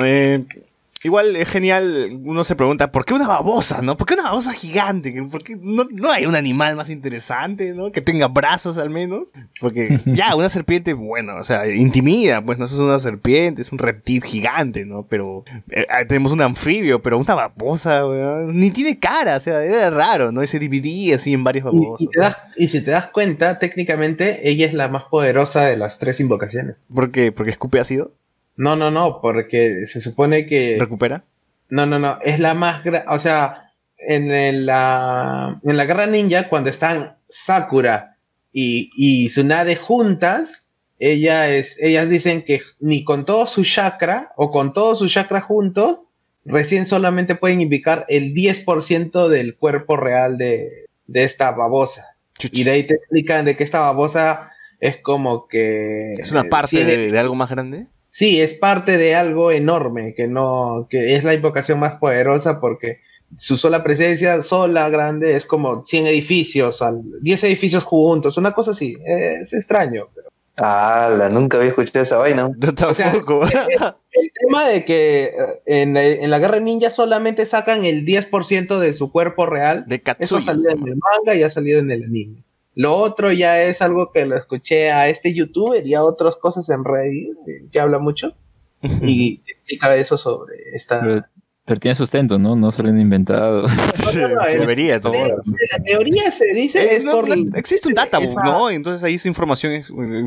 Igual es genial, uno se pregunta, ¿por qué una babosa, no? ¿Por qué una babosa gigante? ¿Por qué no hay un animal más interesante, no? Que tenga brazos al menos. Porque ya, una serpiente, bueno, o sea, intimida, pues no eso es una serpiente, es un reptil gigante, ¿no? Pero tenemos un anfibio, pero una babosa, weón, ni tiene cara, o sea, era raro, ¿no? Y se dividía así en varios babosos.
Y si te das cuenta, técnicamente ella es la más poderosa de las 3 invocaciones.
¿Por qué? ¿Porque escupe ácido?
No, porque se supone que...
¿Recupera?
No, es la más... O sea, en la Guerra Ninja, cuando están Sakura y Tsunade juntas, ellas dicen que ni con todo su chakra o con todo su chakra juntos, recién solamente pueden invocar el 10% del cuerpo real de esta babosa. Y de ahí te explican de que esta babosa es como que...
¿Es una parte de algo más grande?
Sí, es parte de algo enorme, que es la invocación más poderosa porque su sola presencia, sola, grande, es como 100 edificios, 10 edificios juntos, una cosa así. Es extraño. Pero...
nunca había escuchado esa vaina.
Yo tampoco.
O sea, el tema de que en la Guerra Ninja solamente sacan el 10% de su cuerpo real,
De Katsuya.
eso ha salido en el manga y ha salido en el anime. Lo otro ya es algo que lo escuché a este youtuber y a otras cosas en Reddit, que habla mucho, y explica eso sobre esta...
Pero tiene sustento, ¿no? No se lo han inventado.
Debería,
la teoría se dice
existe un databook, ¿no? Entonces ahí es información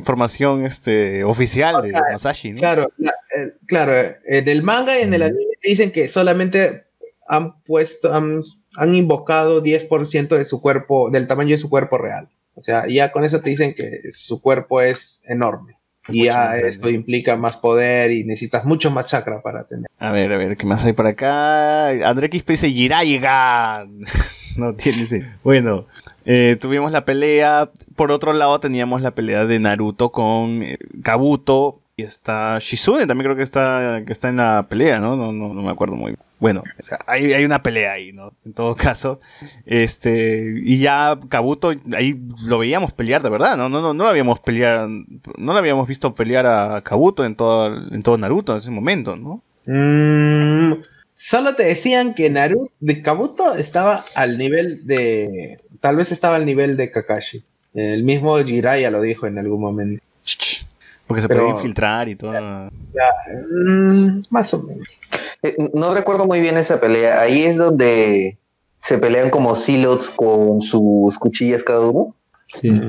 oficial de Masashi, ¿no?
Claro, en el manga y en el anime dicen que solamente han invocado 10% de su cuerpo, del tamaño de su cuerpo real. O sea, ya con eso te dicen que su cuerpo es enorme. Y ya esto implica más poder y necesitas mucho más chakra para tener.
A ver, ¿qué más hay por acá? André Quispe dice Jiraiya. No tiene ese. Bueno, tuvimos la pelea. Por otro lado teníamos la pelea de Naruto con Kabuto. Y está Shizune también creo que está en la pelea, ¿no? No me acuerdo muy bien. Bueno, o sea, hay una pelea ahí, ¿no? En todo caso. Y ya Kabuto, ahí lo veíamos pelear de verdad, ¿no? No lo habíamos visto pelear a Kabuto en todo Naruto en ese momento, ¿no?
Solo te decían que Kabuto estaba al nivel de... Tal vez estaba al nivel de Kakashi. El mismo Jiraiya lo dijo en algún momento.
Porque se puede infiltrar y todo.
Más o menos.
No recuerdo muy bien esa pelea. Ahí es donde se pelean como silots con sus cuchillas cada uno.
Sí.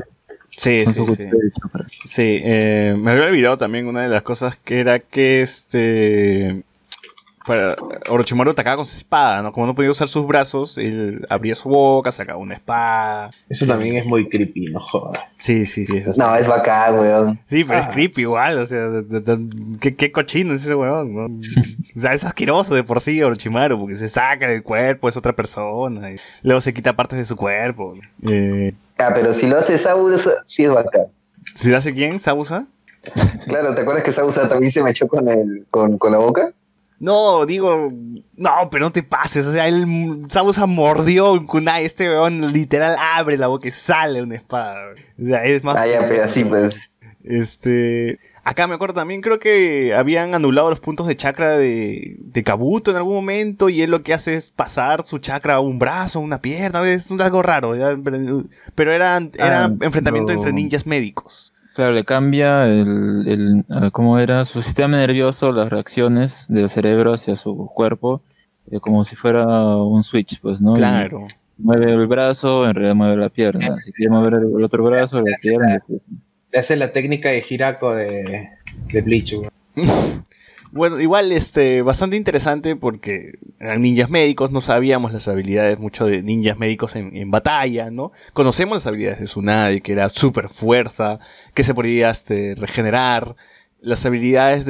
Sí, me había olvidado también una de las cosas que era que Orochimaru atacaba con su espada, ¿no? Como no podía usar sus brazos, él abría su boca, sacaba una espada.
Eso también es muy creepy, no jodas.
Sí. Es
no, es bacán, weón.
Sí, pero es creepy igual, o sea, qué cochino es ese weón, ¿no? O sea, es asqueroso de por sí Orochimaru, porque se saca del cuerpo, es otra persona, y luego se quita partes de su cuerpo.
Pero si lo hace Sabusa, sí es bacán.
¿Si lo hace quién? ¿Sabusa?
Claro, ¿te acuerdas que Sabusa también se me echó con la boca?
No, pero no te pases, o sea, Sabusa mordió un kunai, este weón literal abre la boca y sale una espada, o sea, es más...
pero así pues...
Acá me acuerdo también, creo que habían anulado los puntos de chakra de Kabuto en algún momento, y él lo que hace es pasar su chakra a un brazo, a una pierna, es algo raro, pero era enfrentamiento entre ninjas médicos.
Claro, le cambia cómo era su sistema nervioso, las reacciones del cerebro hacia su cuerpo, como si fuera un switch, pues, ¿no?
Claro.
Y mueve el brazo, en realidad mueve la pierna. Si quiere mover el otro brazo, la pierna.
Le hace la técnica de Hirako de Bleach, güey.
Bueno, igual bastante interesante porque eran ninjas médicos, no sabíamos las habilidades mucho de ninjas médicos en batalla, ¿no? Conocemos las habilidades de Tsunade, que era super fuerza, que se podía regenerar, las habilidades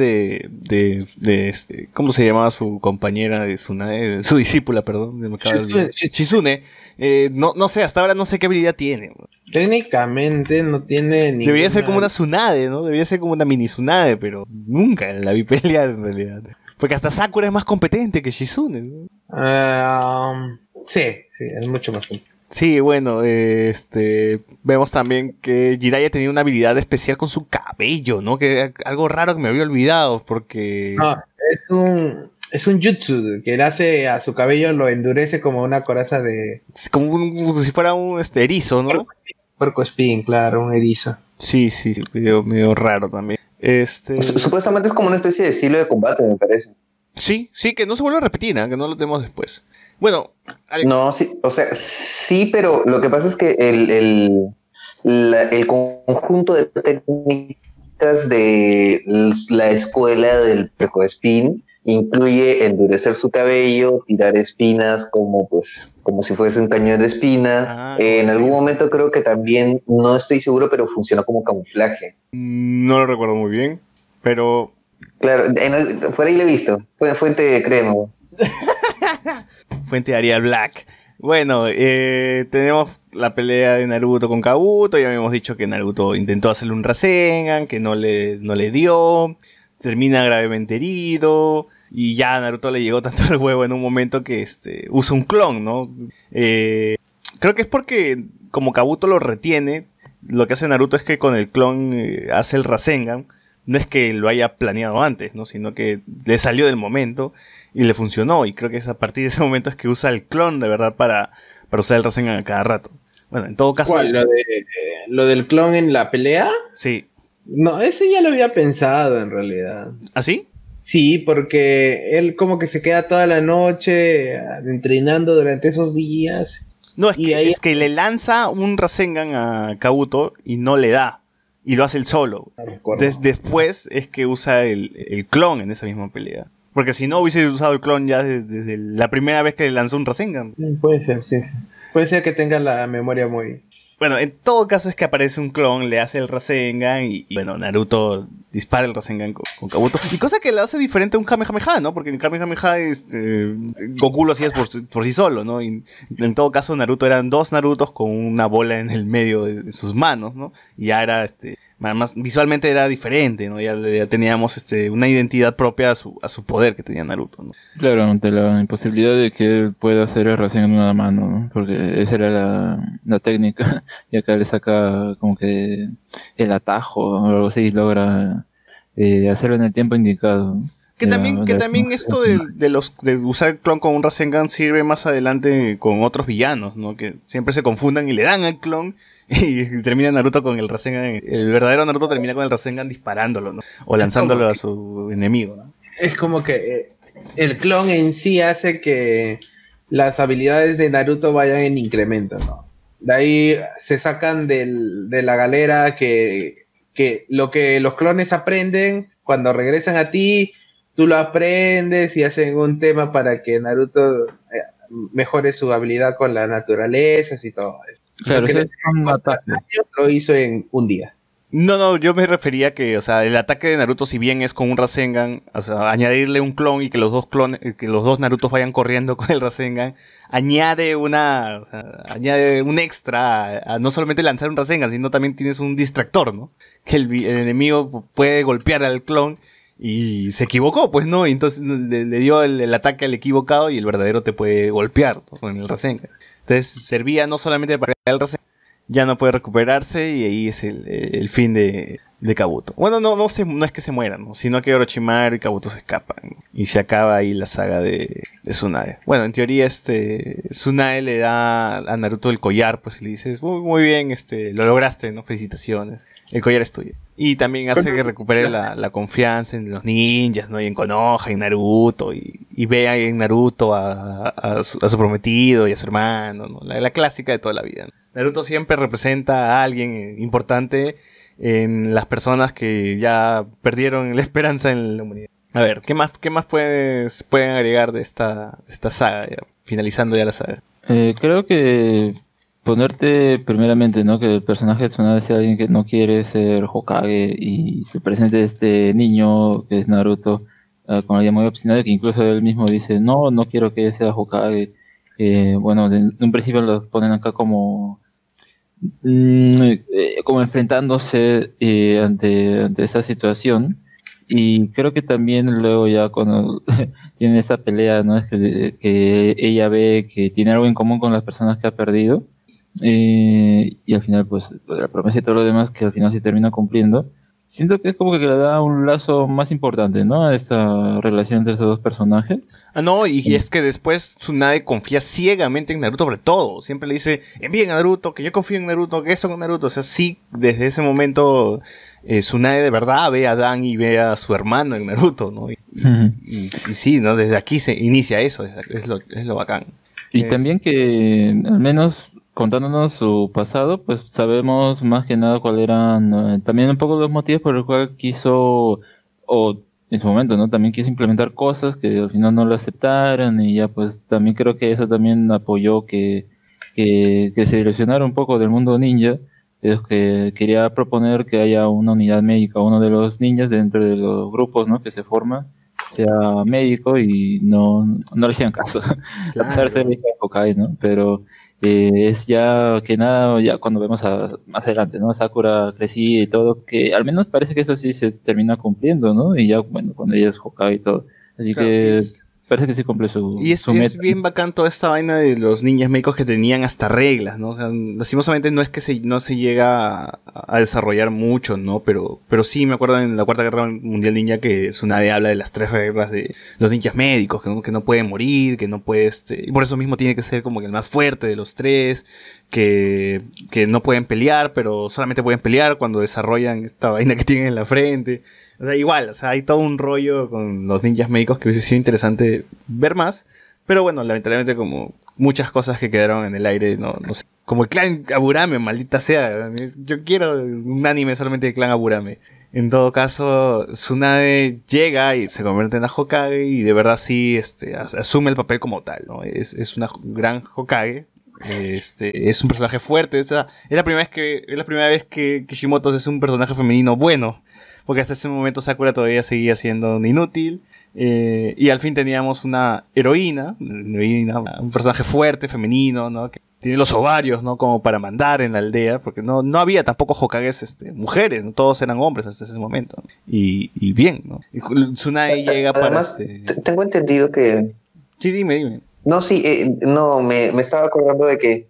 ¿cómo se llamaba su compañera de Tsunade? Su discípula, perdón. Me acaba de olvidar. Chizune. No sé, hasta ahora no sé qué habilidad tiene.
Técnicamente no tiene ninguna...
Debería ser como una Tsunade, ¿no? Debería ser como una mini Tsunade, pero nunca la vi pelear en realidad. Porque hasta Sakura es más competente que Shizune, ¿no?
Sí, es mucho más competente.
Sí, bueno, vemos también que Jiraiya tenía una habilidad especial con su cabello, ¿no? Que algo raro que me había olvidado, porque...
No, es un jutsu que le hace a su cabello, lo endurece como una coraza de...
Es como si fuera un erizo, ¿no?
Puerco espín, claro, un erizo.
Sí, medio raro también.
Supuestamente es como una especie de estilo de combate, me parece.
Sí, que no se vuelve a repetir, ¿eh? Que no lo tenemos después. Bueno, Alex.
No, sí, o sea, sí, pero lo que pasa es que el conjunto de técnicas de la escuela del Puerco Espín incluye endurecer su cabello, tirar espinas como si fuese un cañón de espinas. En algún momento creo que también, no estoy seguro, pero funciona como camuflaje.
No lo recuerdo muy bien, pero...
Claro, por ahí lo he visto. Fuente créeme.
Fuente Arial Black. Bueno, tenemos la pelea de Naruto con Kabuto. Ya habíamos dicho que Naruto intentó hacerle un Rasengan, que no le dio. Termina gravemente herido. Y ya a Naruto le llegó tanto el huevo en un momento que usa un clon, ¿no? Creo que es porque como Kabuto lo retiene, lo que hace Naruto es que con el clon hace el Rasengan. No es que lo haya planeado antes, ¿no? Sino que le salió del momento y le funcionó. Y creo que es a partir de ese momento es que usa el clon de verdad para usar el Rasengan a cada rato. Bueno, en todo caso...
¿Cuál? ¿Lo del clon en la pelea?
Sí.
No, ese ya lo había pensado en realidad.
¿Ah, sí?
Sí, porque él como que se queda toda la noche entrenando durante esos días.
No, es que le lanza un Rasengan a Kabuto y no le da. Y lo hace él solo. Después es que usa el clon en esa misma pelea. Porque si no hubiese usado el clon ya desde la primera vez que le lanzó un Rasengan.
Puede ser, sí. Puede ser que tenga la memoria muy...
Bueno, en todo caso es que aparece un clon, le hace el Rasengan y bueno, Naruto dispara el Rasengan con Kabuto. Y cosa que le hace diferente a un Kamehameha, ¿no? Porque en Kamehameha Goku lo hacía por sí solo, ¿no? Y en todo caso Naruto eran dos Narutos con una bola en el medio de sus manos, ¿no? Y ya era más visualmente era diferente, ¿no? Ya teníamos una identidad propia a su poder que tenía Naruto, ¿no?
Claro, ante la imposibilidad de que él pueda hacer el Rasengan en una mano, ¿no? Porque esa era la técnica, y acá le saca como que el atajo o algo así y logra hacerlo en el tiempo indicado, ¿no?
Que también esto de usar el clon con un Rasengan sirve más adelante con otros villanos, ¿no? Que siempre se confundan y le dan al clon y termina Naruto con el Rasengan. El verdadero Naruto termina con el Rasengan disparándolo, ¿no? O lanzándolo a su enemigo, ¿no?
Es como que el clon en sí hace que las habilidades de Naruto vayan en incremento, ¿no? De ahí se sacan de la galera que lo que los clones aprenden cuando regresan a ti, tú lo aprendes y hacen un tema para que Naruto mejore su habilidad con las naturalezas y todo eso.
Claro,
Lo que lo hizo en un día.
No, yo me refería que, o sea, el ataque de Naruto, si bien es con un Rasengan, o sea, añadirle un clon y que los dos Narutos vayan corriendo con el Rasengan, añade un extra a no solamente lanzar un Rasengan, sino también tienes un distractor, ¿no? Que el enemigo puede golpear al clon y se equivocó, pues, ¿no? Y entonces le dio el ataque al equivocado y el verdadero te puede golpear, ¿no? Con el Rasengan. Entonces servía no solamente para el Rasengan, ya no puede recuperarse y ahí es el fin de Kabuto. Bueno, no es que se mueran, ¿no? Sino que Orochimaru y Kabuto se escapan, ¿no? Y se acaba ahí la saga de Tsunade. Bueno, en teoría Tsunade le da a Naruto el collar, pues y le dices, muy bien, lo lograste, ¿no? Felicitaciones. El collar es tuyo. Y también hace que recupere la confianza en los ninjas, ¿no? Y en Konoha, y en Naruto, y vea en Naruto a su prometido y a su hermano, ¿no? La clásica de toda la vida, ¿no? Naruto siempre representa a alguien importante en las personas que ya perdieron la esperanza en la humanidad. A ver, ¿qué más pueden agregar de esta saga, ya, finalizando ya la saga?
Creo que ponerte primeramente, ¿no? Que el personaje de Tsunade sea alguien que no quiere ser Hokage y se presente este niño que es Naruto con alguien muy obstinado que incluso él mismo dice, no quiero que sea Hokage. Bueno, de un principio lo ponen acá como enfrentándose ante esa situación. Y creo que también luego ya cuando tiene esa pelea, ¿no? Es que ella ve que tiene algo en común con las personas que ha perdido. Y al final, pues, la promesa y todo lo demás que al final se termina cumpliendo. Siento que es como que le da un lazo más importante, ¿no? A esta relación entre esos dos personajes.
No, y es que después Tsunade confía ciegamente en Naruto sobre todo. Siempre le dice, envíen a Naruto, que yo confío en Naruto, que eso con Naruto. O sea, sí, desde ese momento Tsunade de verdad ve a Dan y ve a su hermano en Naruto, ¿no? Y sí, ¿no? Desde aquí se inicia eso, es lo bacán.
Y también que, al menos contándonos su pasado, pues sabemos más que nada cuáles eran también un poco los motivos por los cuales quiso, o en su momento, ¿no? También quiso implementar cosas que al final no lo aceptaron y ya pues también creo que eso también apoyó que se direccionara un poco del mundo ninja. Es que quería proponer que haya una unidad médica, uno de los ninjas dentro de los grupos, ¿no? Que se forman sea médico y no le hacían caso, a pesar de ser hija de Hokage, ¿no? Pero es ya que nada, ya cuando vemos más adelante, ¿no? Sakura crecida y todo, que al menos parece que eso sí se termina cumpliendo, ¿no? Y ya, bueno, cuando ella es Hokage y todo. Así
Claro,
que
es-
parece que sí cumple su
Y es
meta.
bien bacán toda esta vaina de los ninjas médicos que tenían hasta reglas, ¿no? O sea, lastimosamente no es que no se llega a desarrollar mucho, ¿no? Pero sí me acuerdo en la Cuarta Guerra Mundial Ninja que Tsunade habla de las 3 reglas de los ninjas médicos, que no puede morir, que no puede, y por eso mismo tiene que ser como que el más fuerte de los tres, que no pueden pelear, pero solamente pueden pelear cuando desarrollan esta vaina que tienen en la frente. O sea, igual, o sea, hay todo un rollo con los ninjas médicos que hubiese sido interesante ver más. Pero bueno, lamentablemente como muchas cosas que quedaron en el aire, no sé. Como el clan Aburame, maldita sea. Yo quiero un anime solamente de clan Aburame. En todo caso, Tsunade llega y se convierte en la Hokage y de verdad sí asume el papel como tal, ¿no? Es una gran Hokage. Es un personaje fuerte. Es la primera vez que Kishimoto es un personaje femenino bueno. Porque hasta ese momento Sakura todavía seguía siendo un inútil. Y al fin teníamos una heroína, un personaje fuerte, femenino, ¿no? Que tiene los ovarios, ¿no? Como para mandar en la aldea, porque no había tampoco Hokages
Ah,
mujeres, ¿no? Todos eran hombres hasta ese momento. Y bien, ¿no? Y Tsunade llega para
Además, tengo entendido que...
Sí, dime.
No, sí, no, me estaba acordando de que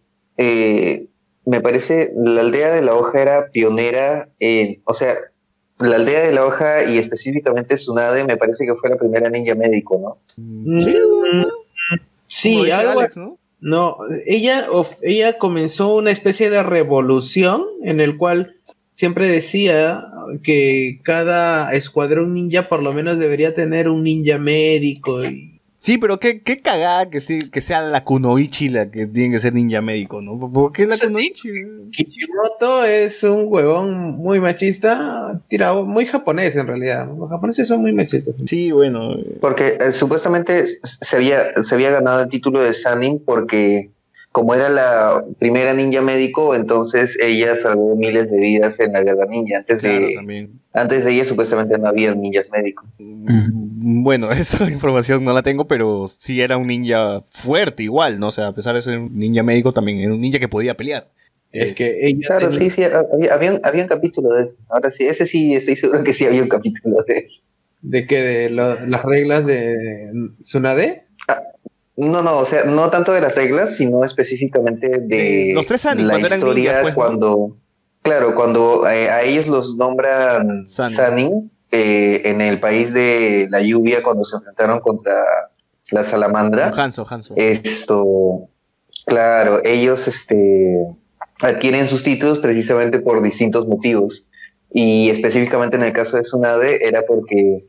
me parece la aldea de la hoja era pionera en, o sea, la aldea de la hoja y específicamente Tsunade me parece que fue la primera ninja médico, ¿no?
Sí,
Mm,
como
sí,
dice
algo.
Alex, ¿no?
No, ella comenzó una especie de revolución en el cual siempre decía que cada escuadrón ninja por lo menos debería tener un ninja médico y
Sí, pero qué cagada que sea la Kunoichi la que tiene que ser ninja médico, ¿no? ¿Por qué la Kunoichi?
Kishimoto es un huevón muy machista, tirado, muy japonés en realidad. Los japoneses son muy machistas.
Sí, bueno.
Porque supuestamente se había ganado el título de Sanin porque como era la primera ninja médico, entonces ella salvó miles de vidas en la guerra ninja.
Claro, también.
Antes de ella supuestamente no había ninjas médicos.
Bueno, esa información no la tengo, pero sí era un ninja fuerte igual, ¿no? O sea, a pesar de ser un ninja médico, también era un ninja que podía pelear.
Es que ella
Claro,
tenía-
sí, había un capítulo de eso. Ahora sí, ese sí, estoy seguro que sí había un capítulo de eso.
de que las reglas de Tsunade.
No, o sea, no tanto de las reglas, sino específicamente de
Los 3 Sanin,
la
cuando eran
historia
ninjas, pues, ¿no?
cuando a ellos los nombran
Sanin.
Sanin en el país de la lluvia cuando se enfrentaron contra la salamandra.
Hanzo.
Esto, claro, ellos adquieren sus títulos precisamente por distintos motivos. Y específicamente en el caso de Tsunade era porque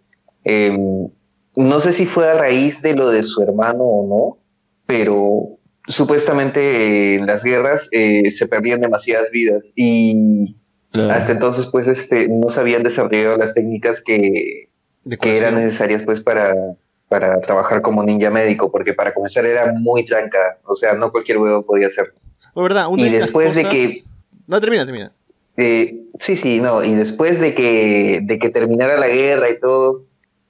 no sé si fue a raíz de lo de su hermano o no, pero supuestamente en las guerras se perdían demasiadas vidas y
Claro.
hasta entonces pues no se habían desarrollado las técnicas que eran necesarias pues para trabajar como ninja médico, porque para comenzar era muy tranca, o sea, no cualquier huevo podía hacerlo.
La verdad, una
Y
de las
después de
cosas-
que
No, termina.
sí, no, y después de que terminara la guerra y todo,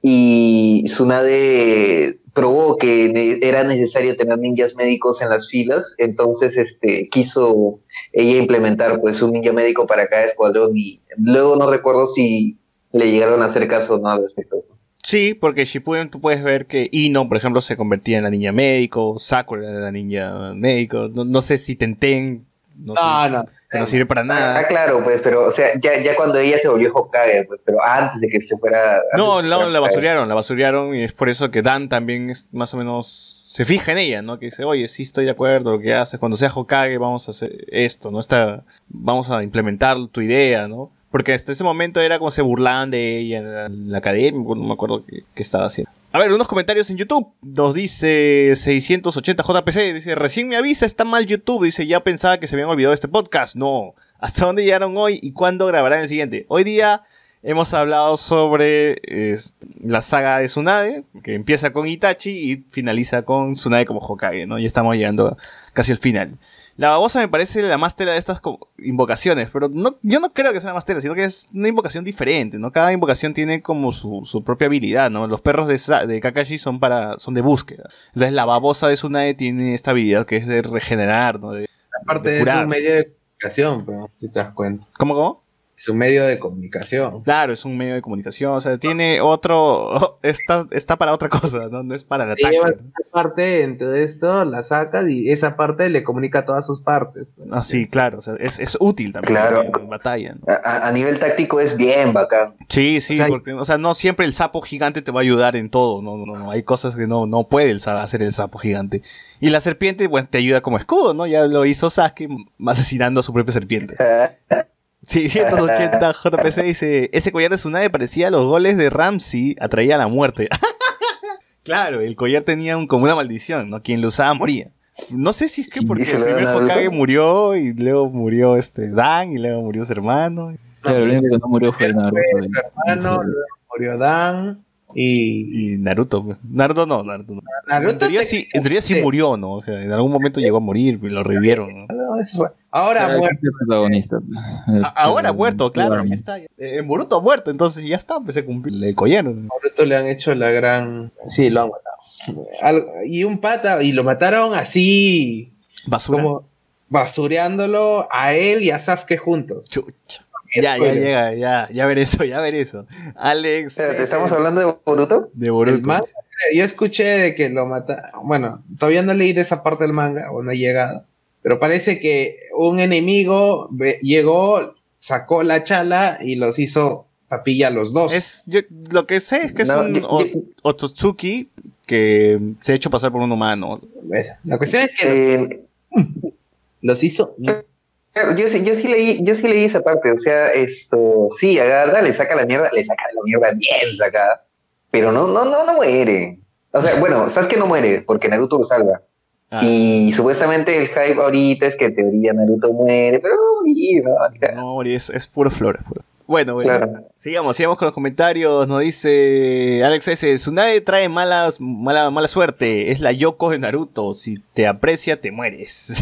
y Tsunade probó que era necesario tener ninjas médicos en las filas, entonces quiso ella implementar pues un ninja médico para cada escuadrón y luego no recuerdo si le llegaron a hacer caso o no al respecto.
Sí, porque Shippuden tú puedes ver que Ino, por ejemplo, se convertía en la ninja médico, Sakura era la ninja médico, no sé si Tenten, no sé,
No.
que no sirve para
Ah,
nada.
claro, pues, pero, o sea, ya cuando ella se volvió Hokage, pues, pero antes de que se fuera...
No,
antes de que fuera Hokage.
la basuriaron y es por eso que Dan también es más o menos se fija en ella, ¿no? Que dice, oye, sí estoy de acuerdo, lo que haces, cuando sea Hokage vamos a hacer esto, ¿no? Vamos a implementar tu idea, ¿no? Porque hasta ese momento era como se burlaban de ella en la academia, no me acuerdo qué estaba haciendo. A ver, unos comentarios en YouTube. Nos dice 680 JPC, dice, recién me avisa, está mal YouTube, dice, ya pensaba que se habían olvidado de este podcast. No, ¿hasta dónde llegaron hoy y cuándo grabarán el siguiente? Hoy día hemos hablado sobre la saga de Tsunade, que empieza con Itachi y finaliza con Tsunade como Hokage, ¿no? Ya estamos llegando casi al final. La babosa me parece la más tela de estas invocaciones, pero yo no creo que sea la más tela, sino que es una invocación diferente, ¿no? Cada invocación tiene como su propia habilidad, ¿no? Los perros de Kakashi son de búsqueda. Entonces la babosa de Tsunade tiene esta habilidad que es de regenerar, ¿no? De
Aparte es
curar.
un medio de comunicación, pero si te das cuenta.
¿Cómo?
Es un medio de comunicación.
Claro, es un medio de comunicación, o sea, tiene otro... Está para otra cosa, ¿no? No es para el
Te
ataque.
llevas esa parte en todo esto, la sacas y esa parte le comunica a todas sus partes.
Ah, sí, claro, o sea, es útil también
Claro.
en batalla, ¿no?
A nivel táctico es bien bacán.
Sí,
O sea,
porque, o sea, no siempre el sapo gigante te va a ayudar en todo, no, hay cosas que no puede hacer el sapo gigante. Y la serpiente, bueno, te ayuda como escudo, ¿no? Ya lo hizo Sasuke asesinando a su propia serpiente. Sí, 180 JPC dice, ese collar de Tsunade parecía a los goles de Ramsey, atraía a la muerte. Claro, el collar tenía como una maldición, ¿no? Quien lo usaba moría. No sé si es que porque
¿Dice
el
lo de
primer
Naruto?
Hokage murió y luego murió Dan y luego murió su hermano.
Claro, el único que no murió fue Naruto.
Fue su hermano, luego murió Dan y
Y Naruto, pues. Naruto no.
Naruto
En teoría sí murió, ¿no? O sea, en algún momento llegó a morir y lo revivieron, ¿no?
No, eso fue. Ahora
Claro,
muerto.
es el protagonista.
Ahora ha muerto, claro,
Claro.
ya está. Boruto ha muerto, entonces ya está, pues se cumplió el collar.
Naruto le han hecho la gran. Sí, lo han matado. Y un pata, y lo mataron así,
Basura.
como basureándolo a él y a Sasuke juntos.
Chucha. Ya llega, ya ver eso. Alex.
Espérate, ¿estamos hablando de Boruto?
De
El
Boruto.
manga, yo escuché de que lo mataron. Bueno, todavía no leí de esa parte del manga, o no he llegado. Pero parece que un enemigo llegó, sacó la chala y los hizo papilla a los dos.
Lo que sé es que es
No,
un Otsutsuki que se ha hecho pasar por un humano.
Bueno, la cuestión es que los hizo.
Yo sí leí esa parte, o sea, sí, agarra, le saca la mierda bien sacada, pero no muere. O sea, bueno, Sasuke no muere porque Naruto lo salva.
Ah,
Y supuestamente el hype ahorita es que en teoría Naruto muere, pero no morir, ¿no?
no, es puro flor. Bueno,
Claro.
sigamos con los comentarios. Nos dice Alex S. Tsunade trae mala suerte. Es la Yoko de Naruto. Si te aprecia, te mueres.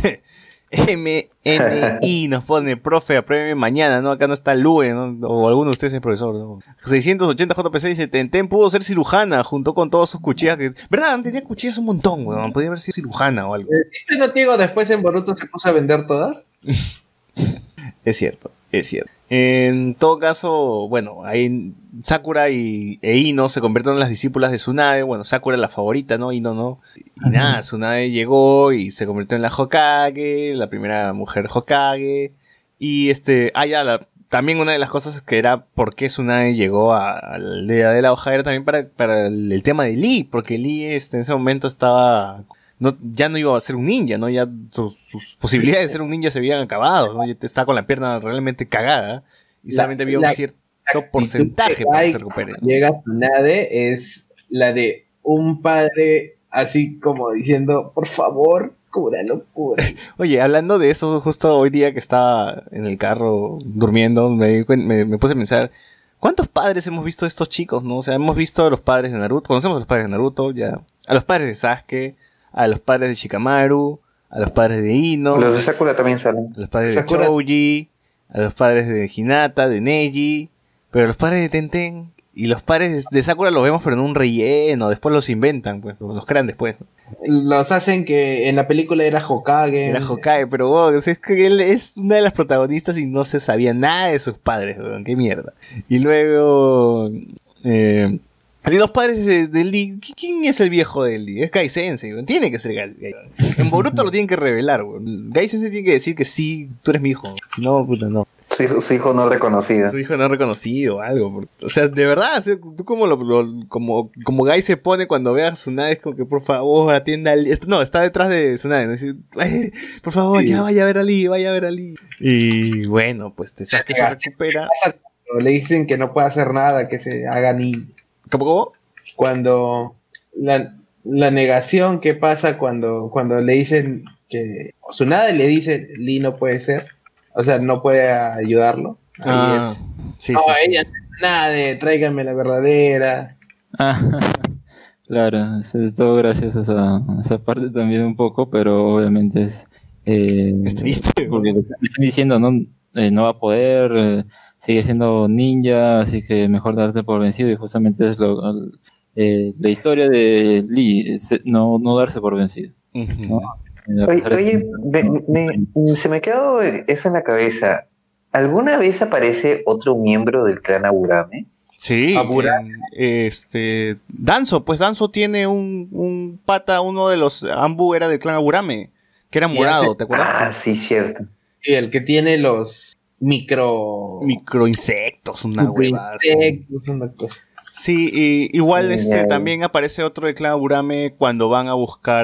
MNI nos pone, profe, apruebe mañana, ¿no? Acá no está Lue, ¿no? O alguno de ustedes es profesor, ¿no? 680 JPC dice, Tenten pudo ser cirujana junto con todas sus cuchillas. ¿Verdad? Tenía cuchillas un montón, weón. Podía haber sido cirujana o algo.
Siempre no te digo, después en Boruto se puso a vender todas.
Es cierto. En todo caso, bueno, ahí Sakura e Ino se convierten en las discípulas de Tsunade. Bueno, Sakura la favorita, ¿no? Ino no. Y nada, Tsunade llegó y se convirtió en la Hokage, la primera mujer Hokage. Y también una de las cosas que era por qué Tsunade llegó a la aldea de la hoja era también para el tema de Lee, porque Lee en ese momento estaba... ya no iba a ser un ninja, ¿no? Ya sus posibilidades de ser un ninja se habían acabado, ¿no? Ya estaba con la pierna realmente cagada y solamente había un cierto porcentaje para que se recupere, ¿no?
Llega Tsunade es la de un padre así como diciendo, por favor, cúralo.
Oye, hablando de eso, justo hoy día que estaba en el carro durmiendo, me puse a pensar, ¿cuántos padres hemos visto de estos chicos, no? O sea, hemos visto a los padres de Naruto, conocemos a los padres de Naruto, ya, a los padres de Sasuke, a los padres de Shikamaru, a los padres de Ino,
Los de Sakura también salen.
a los padres
Sakura.
de Choji, a los padres de Hinata, de Neji, pero los padres de Tenten y los padres de Sakura los vemos pero en un relleno, después los inventan, pues los crean después, ¿no?
Los hacen que en la película era Hokage.
Era Hokage, pero wow, es que él es una de las protagonistas y no se sabía nada de sus padres, weón, qué mierda. Y luego y los padres de Lee, ¿quién es el viejo de Lee? Es Gai Sensei, weón, tiene que ser Gai. En Boruto lo tienen que revelar, weón. Gai Sensei tiene que decir que sí, tú eres mi hijo, si no, puta, no.
Su hijo no reconocido.
Su hijo no reconocido o algo. O sea, de verdad, o sea, tú como Gai se pone cuando ve a Tsunade, es como que por favor atienda al... No, está detrás de Tsunade, ¿no? Dice, por favor, ya vaya a ver a Lee. Y bueno, pues te sabes que se recupera.
Le dicen que no puede hacer nada, que se haga niño.
¿Cómo?
Cuando la negación que pasa cuando le dicen que Tsunade le dice Lee no puede ser, o sea, no puede ayudarlo. Ahí es,
Sí,
no,
sí, sí.
ella no es nada, tráigame la verdadera.
Claro, es todo gracioso esa parte también un poco, pero obviamente es
triste,
porque le están diciendo no va a poder seguir siendo ninja, así que mejor darte por vencido, y justamente es la historia de Lee, no darse por vencido, ¿no?
Oye, se me ha quedado eso en la cabeza. ¿Alguna vez aparece otro miembro del clan Aburame?
Sí,
Aburame.
Danzo tiene un pata, uno de los Ambu era del clan Aburame, que era morado, ¿te acuerdas?
Ah, sí, cierto.
Sí, el que tiene los
Microinsectos, una huevada.
microinsectos, una cosa.
Sí, y igual
Ya.
también aparece otro del clan Aburame cuando van a buscar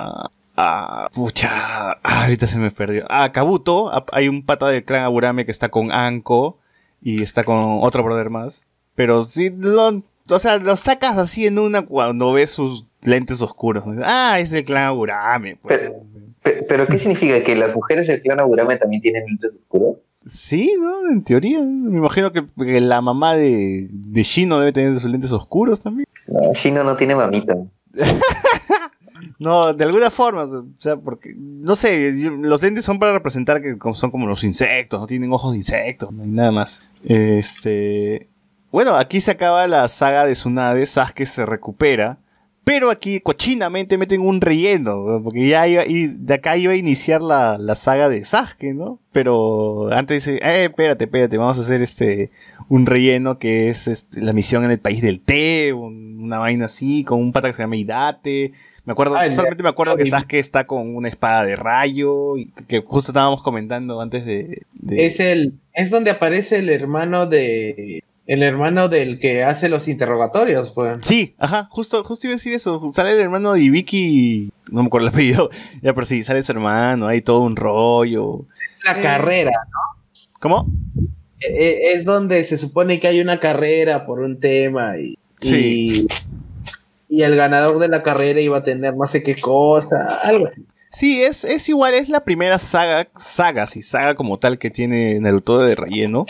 ahorita se me perdió. A Kabuto, hay un pata del clan Aburame que está con Anko y está con otro brother más. Pero sí, o sea, lo sacas así en una cuando ves sus lentes oscuros. Es el clan Aburame. Pues.
Pero ¿qué significa? ¿Que las mujeres del clan Aburame también tienen lentes oscuros?
Sí, ¿no? En teoría. Me imagino que la mamá de Shino debe tener sus lentes oscuros también.
No, Shino no tiene mamita.
No, de alguna forma, o sea, porque, no sé, los lentes son para representar que son como los insectos, no tienen ojos de insectos, no hay nada más. Bueno, aquí se acaba la saga de Tsunade, Sasuke se recupera, pero aquí cochinamente meten un relleno, porque y de acá iba a iniciar la saga de Sasuke, ¿no? Pero antes dice, espérate, vamos a hacer un relleno que es la misión en el país del té, una vaina así, con un pata que se llama Hidate. Solamente me acuerdo que Sasuke está con una espada de rayo, y que justo estábamos comentando antes de...
Es donde aparece el hermano del que hace los interrogatorios, pues.
Sí, ajá, justo iba a decir eso. Sale el hermano de Ibiki, no me acuerdo el apellido, ya, pero sí, sale su hermano, hay todo un rollo.
La carrera, ¿no?
¿Cómo?
Es donde se supone que hay una carrera por un tema
Sí.
y el ganador de la carrera iba a tener no sé qué cosa, algo así.
Sí, es igual, es la primera saga como tal que tiene Naruto de relleno.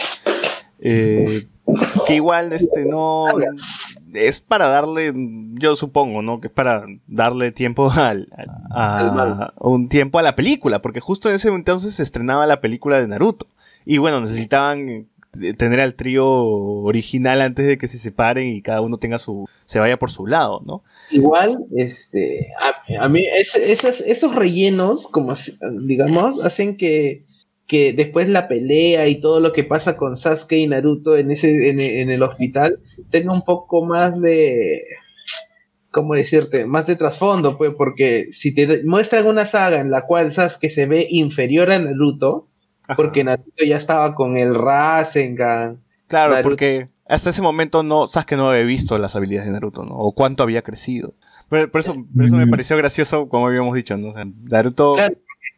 Que igual no es para darle, yo supongo, ¿no? Que es para darle tiempo un tiempo a la película, porque justo en ese entonces se estrenaba la película de Naruto. Y bueno, necesitaban tener al trío original antes de que se separen y cada uno se vaya por su lado, ¿no?
Igual, a mí esos rellenos, como digamos, hacen que después la pelea y todo lo que pasa con Sasuke y Naruto en el hospital tenga un poco más de, ¿cómo decirte? Más de trasfondo, pues, porque si te muestran una saga en la cual Sasuke se ve inferior a Naruto,
Ajá.
porque Naruto ya estaba con el Rasengan.
Claro,
Naruto,
porque hasta ese momento Sasuke no había visto las habilidades de Naruto, ¿no? O cuánto había crecido. Por eso me pareció gracioso, como habíamos dicho, ¿no? O sea, Naruto...
Claro.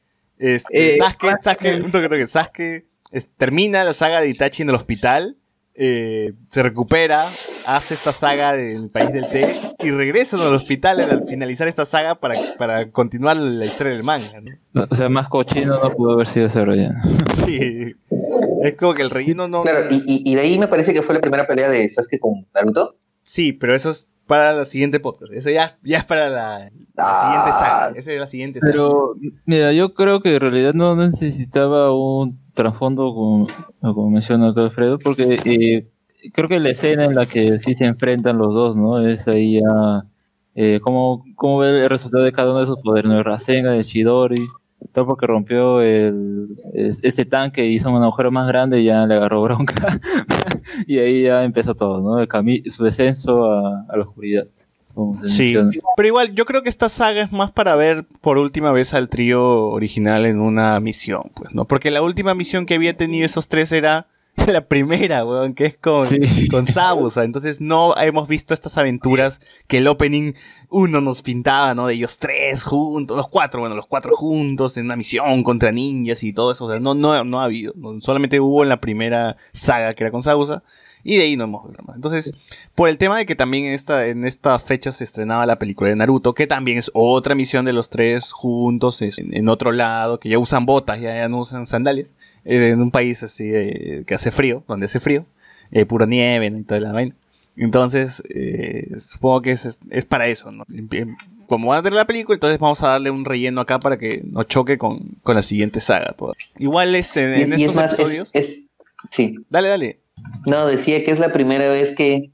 Sasuke termina la saga de Itachi en el hospital, se recupera, hace esta saga del país del té y regresa al hospital al finalizar esta saga para continuar la historia del manga, ¿no?
O sea, más cochino no pudo haber sido ese relleno.
Sí, es como que el relleno no...
Claro, y de ahí me parece que fue la primera pelea de Sasuke con Naruto.
Sí, pero eso para la siguiente podcast. Eso ya es para la siguiente saga. Esa es la siguiente saga.
Pero, mira, yo creo que en realidad no necesitaba un trasfondo, como menciona acá Alfredo, porque creo que la escena en la que sí se enfrentan los dos, ¿no? Es ahí ya cómo ve el resultado de cada uno de sus poderes, ¿no? El Rasengan, de Chidori, todo porque rompió este tanque, hizo un agujero más grande y ya le agarró bronca. Y ahí ya empezó todo, ¿no? Su descenso a la oscuridad. Como se
Sí,
menciona.
pero igual yo creo que esta saga es más para ver por última vez al trío original en una misión, pues, ¿no? Porque la última misión que había tenido esos tres era la primera, weón, que es con Zabuza. Entonces no hemos visto estas aventuras que el opening 1 nos pintaba, ¿no? De ellos tres juntos, los cuatro juntos en una misión contra ninjas y todo eso. O sea, no ha habido. Solamente hubo en la primera saga que era con Zabuza. Y de ahí no hemos visto más. Entonces, por el tema de que también en esta fecha se estrenaba la película de Naruto, que también es otra misión de los tres juntos en otro lado, que ya usan botas, ya no usan sandalias, en un país así que hace frío, donde hace frío, pura nieve, ¿no? Y toda la vaina. Entonces, supongo que es para eso, ¿no? Como van a tener la película, entonces vamos a darle un relleno acá para que no choque con la siguiente saga. Toda. Igual en estos
es más,
episodios...
sí.
Dale.
No, decía que es la primera vez que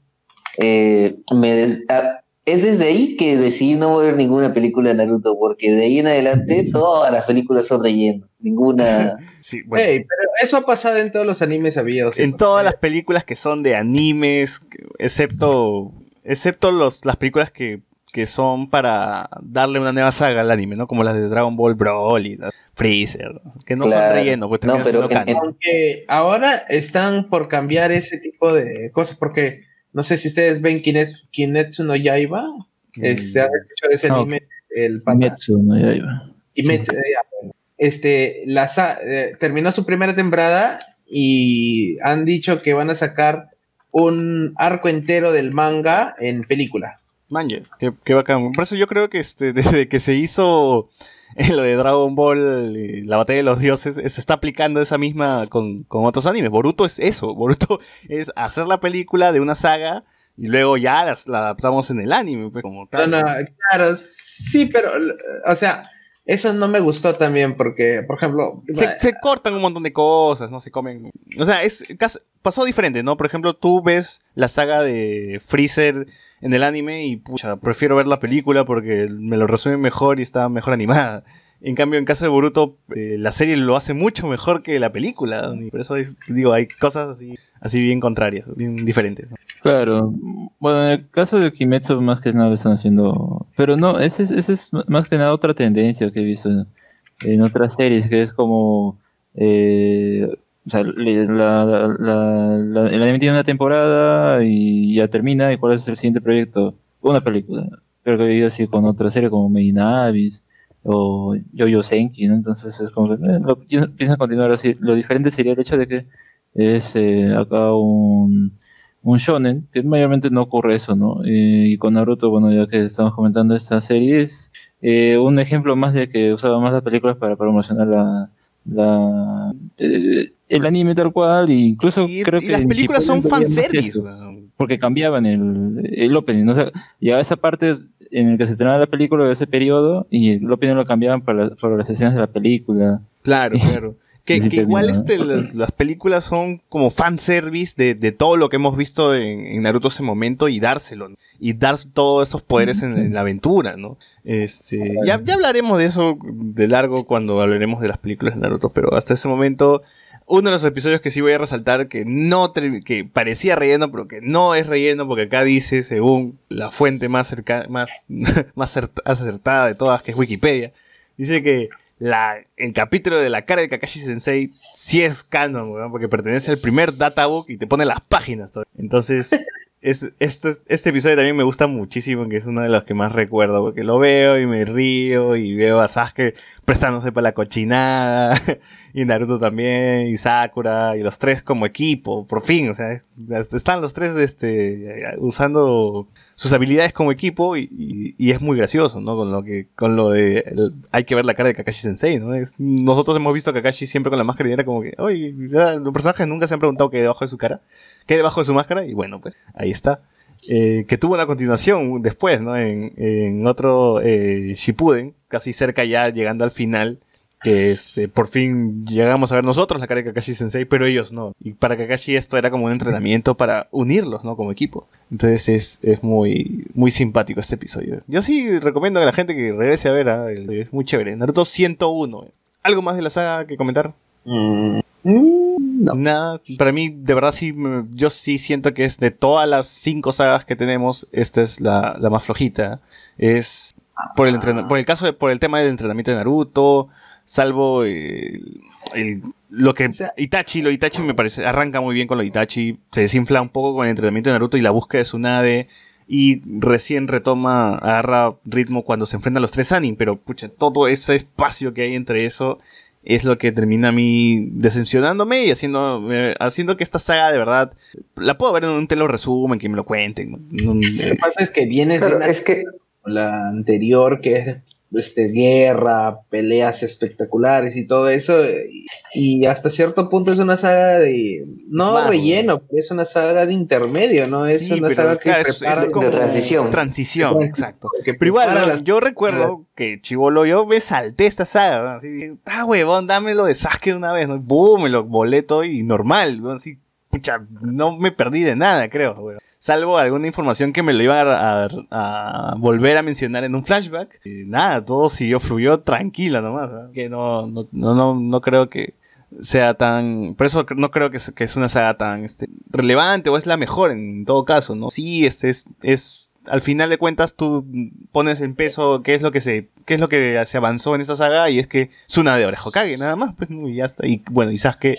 es desde ahí que decidí no ver ninguna película de Naruto, porque de ahí en adelante todas las películas son relleno, ninguna.
Sí, bueno.
Hey, pero eso ha pasado en todos los animes habidos.
En todas las películas que son de animes, excepto las películas que son para darle una nueva saga al anime, ¿no? Como las de Dragon Ball Broly, Freezer, que no son relleno, pues
no, pero
aunque ahora están por cambiar ese tipo de cosas, porque no sé si ustedes ven Kimetsu no Yaiba, se ha hecho ese anime, el
Kimetsu no Yaiba.
Kimetsu, terminó su primera temporada y han dicho que van a sacar un arco entero del manga en película.
Manje, qué bacán. Por eso yo creo que desde que se hizo lo de Dragon Ball, la batalla de los dioses, se está aplicando esa misma con otros animes. Boruto es eso. Boruto es hacer la película de una saga y luego ya la adaptamos en el anime, pues, como tal.
No, claro, sí, pero, o sea, eso no me gustó también porque, por ejemplo...
Se cortan un montón de cosas, ¿no? Se comen... O sea, pasó diferente, ¿no? Por ejemplo, tú ves la saga de Freezer en el anime y, pucha, prefiero ver la película porque me lo resume mejor y está mejor animada. En cambio, en caso de Boruto, la serie lo hace mucho mejor que la película. Y por eso digo, hay cosas así bien contrarias, bien diferentes, ¿no?
Claro. Bueno, en el caso de Kimetsu más que nada lo están haciendo... Pero no, ese es más que nada otra tendencia que he visto en otras series, que es como... o sea, el anime tiene una temporada y ya termina, y ¿cuál es el siguiente proyecto? Una película. Pero que he ido así con otra serie como Made in Abyss o Yo-Yo Senki, ¿no? Entonces es como que piensan continuar así. Lo diferente sería el hecho de que es acá un shonen, que mayormente no ocurre eso, ¿no? Y con Naruto, bueno, ya que estamos comentando esta serie, es un ejemplo más de que usaba más las películas para promocionar el anime tal cual, e incluso creo que
las películas son fanservice,
porque cambiaban el opening, ¿no? O sea, llegaba esa parte en la que se estrenaba la película de ese periodo y el opening lo cambiaban para las escenas de la película.
Claro. Que igual las películas son como fanservice de todo lo que hemos visto en Naruto ese momento y dárselo, ¿no? Y dar todos esos poderes en la aventura, ¿no? Ya hablaremos de eso de largo cuando hablaremos de las películas de Naruto, pero hasta ese momento, uno de los episodios que sí voy a resaltar que parecía relleno, pero que no es relleno, porque acá dice, según la fuente más acertada de todas, que es Wikipedia, dice que el capítulo de la cara de Kakashi Sensei sí es canon, ¿no? Porque pertenece al primer databook y te pone las páginas todavía. Entonces, este episodio también me gusta muchísimo, que es uno de los que más recuerdo, porque lo veo y me río y veo a Sasuke prestándose para la cochinada, y Naruto también, y Sakura, y los tres como equipo, por fin, o sea, están los tres usando sus habilidades como equipo y es muy gracioso, ¿no? Hay que ver la cara de Kakashi Sensei, ¿no? Nosotros hemos visto a Kakashi siempre con la máscara y era como que, oye, los personajes nunca se han preguntado qué hay debajo de su cara, qué hay debajo de su máscara, y bueno, pues ahí está. que tuvo una continuación después, ¿no? En otro Shippuden, casi cerca ya llegando al final, que por fin llegamos a ver nosotros la cara de Kakashi Sensei, pero ellos no. Y para Kakashi esto era como un entrenamiento para unirlos, ¿no? Como equipo. Entonces es muy, muy simpático este episodio. Yo sí recomiendo a la gente que regrese a ver, es muy chévere. Naruto 101. ¿Algo más de la saga que comentar?
No.
Nada, para mí de verdad sí, yo sí siento que es de todas las 5 sagas que tenemos, esta es la más flojita. Es por el por el tema del entrenamiento de Naruto, salvo lo que Itachi me parece, arranca muy bien con lo de Itachi, se desinfla un poco con el entrenamiento de Naruto y la búsqueda de Tsunade, y recién agarra ritmo cuando se enfrentan los 3 Sannin, pero pucha, todo ese espacio que hay entre eso es lo que termina a mí decepcionándome y haciendo que esta saga de verdad la puedo ver en un telo resumen, que me lo cuenten.
Lo que pasa es que vienes de la anterior, que es guerra, peleas espectaculares y todo eso, y hasta cierto punto es una saga de relleno, pero es una saga de intermedio, ¿no? Es
sí,
una saga que prepara
de transición.
Transición, exacto. Pero igual, yo recuerdo que chibolo, yo me salté esta saga, ¿no? Así, huevón, dámelo de Sasuke una vez, ¿no? Boom, me lo volé todo y normal, ¿no? Así, pucha, no me perdí de nada, creo, weón. Salvo alguna información que me lo iba a volver a mencionar en un flashback. Nada, todo fluyó tranquilo nomás, ¿no? Que no creo que sea tan... Por eso no creo que es una saga tan relevante o es la mejor en todo caso, ¿no? Sí, es al final de cuentas tú pones en peso qué es lo que se avanzó en esta saga, y es que Tsunade ahora es Hokage, nada más, pues, y ya está. Y bueno, y Sasuke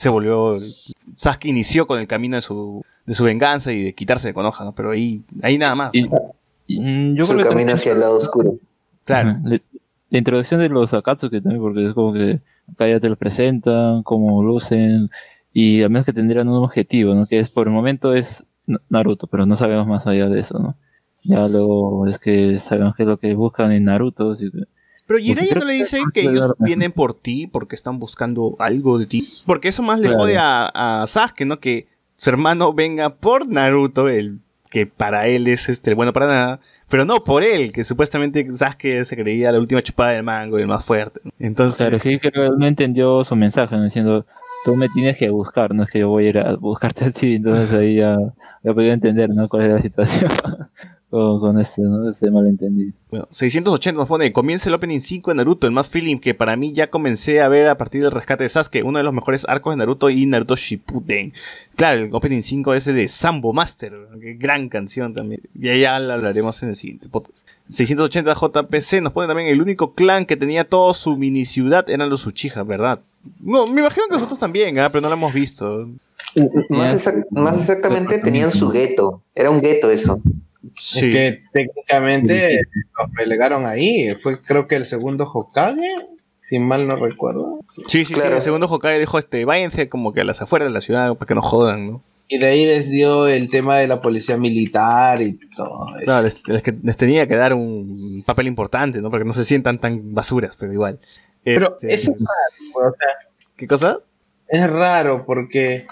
inició con el camino de su venganza y de quitarse de Konoha, ¿no? Pero ahí nada más.
Yo
su
creo que
camino hacia el lado oscuro.
Claro.
La introducción de los Akatsuki también, porque es como que acá ya te los presentan, cómo lucen, y al menos que tendrían un objetivo, ¿no? Que es, por el momento es Naruto, pero no sabemos más allá de eso, ¿no? Ya luego es que sabemos qué es lo que buscan en Naruto. Así que...
Pero Jiraiya no le dice que ellos vienen por ti porque están buscando algo de ti. Porque eso más le jode a Sasuke, ¿no? Que su hermano venga por Naruto, que para él es bueno para nada, pero no por él, que supuestamente Sasuke se creía la última chupada del mango y el más fuerte, ¿no? Entonces...
Claro, sí que no entendió su mensaje, ¿no? Diciendo, tú me tienes que buscar, no es que yo voy a ir a buscarte a ti. Entonces ahí ya podía entender, ¿no? Cuál es la situación con ¿no? Ese malentendido.
Bueno, 680 nos pone: comienza el Opening 5 de Naruto, el más feeling que para mí ya comencé a ver a partir del rescate de Sasuke, uno de los mejores arcos de Naruto y Naruto Shippuden. Claro, el Opening 5 es de Sambo Master, qué gran canción también. Y ya la hablaremos en el siguiente podcast. 680 JPC nos pone también: el único clan que tenía todo su mini ciudad eran los Uchiha, ¿verdad? No, me imagino que nosotros también, pero no lo hemos visto.
Más exactamente tenían su gueto, era un gueto eso.
Sí.
Es que técnicamente los relegaron ahí. Fue, creo que el segundo Hokage, si mal no recuerdo.
Sí, el segundo Hokage dijo, váyanse como que a las afueras de la ciudad para que no jodan, ¿no?
Y de ahí les dio el tema de la policía militar y todo eso.
Claro, les tenía que dar un papel importante, ¿no? Para que no se sientan tan basuras, pero igual.
Pero eso es raro, o sea...
¿Qué cosa?
Es raro porque...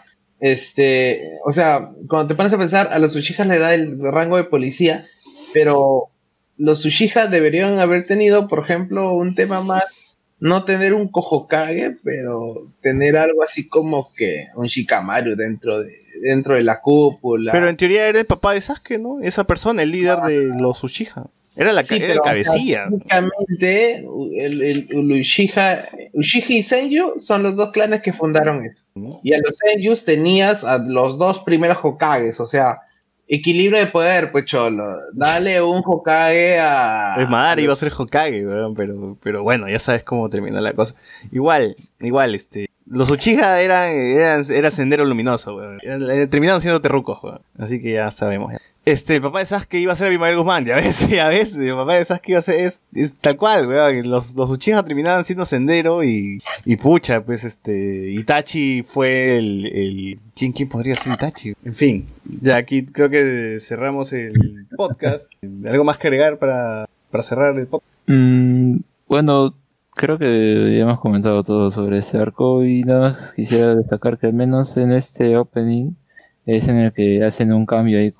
o sea, cuando te pones a pensar, a los Uchiha le da el rango de policía, pero los Uchiha deberían haber tenido, por ejemplo, un tema más, no tener un Hokage, pero tener algo así como que un Shikamaru dentro de la cúpula.
Pero en teoría era el papá de Sasuke, ¿no? Esa persona, el líder de los Uchiha. Era el cabecilla.
Técnicamente, el Uchiha y Senju son los dos clanes que fundaron eso. Y a los Senjus tenías a los dos primeros Hokages, o sea, equilibrio de poder, pues cholo. Dale un Hokage a...
Es Madara iba a ser Hokage, ¿verdad? Pero bueno, ya sabes cómo terminó la cosa. Igual, los Uchiha eran Sendero Luminoso, weón. Terminaron siendo terrucos, weón. Así que ya sabemos. El papá de Sasuke iba a ser Abimael Guzmán, ya ves, el papá de Sasuke iba a ser, es tal cual, weón. Los Uchiha terminaban siendo Sendero y pucha, pues Itachi fue el ¿quién podría ser Itachi? En fin, ya aquí creo que cerramos el podcast. ¿Algo más que agregar para cerrar el podcast?
Bueno, creo que ya hemos comentado todo sobre ese arco y nada más quisiera destacar que al menos en este opening es en el que hacen un cambio ahí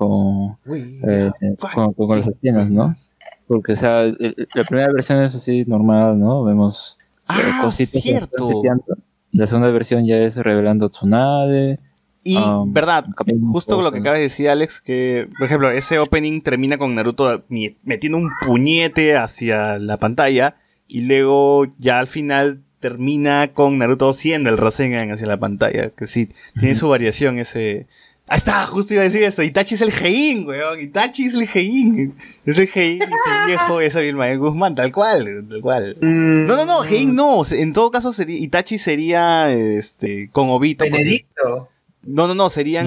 con las escenas, ¿no? Porque, o sea, la primera versión es así normal, ¿no? Vemos cositas
cierto.
La segunda versión ya es revelando Tsunade.
Y, verdad, justo con lo que acabas de decir, Alex, que, por ejemplo, ese opening termina con Naruto metiendo un puñete hacia la pantalla y luego ya al final termina con Naruto haciendo el Rasengan hacia la pantalla, que sí, tiene su variación ese... Ahí está, justo iba a decir esto, Itachi es el Hein, weón, Itachi es el Hein, es el Hein, es el viejo, es Abimael Guzmán, tal cual. No, Hein no, en todo caso Itachi sería, con Obito.
Benedicto.
No, serían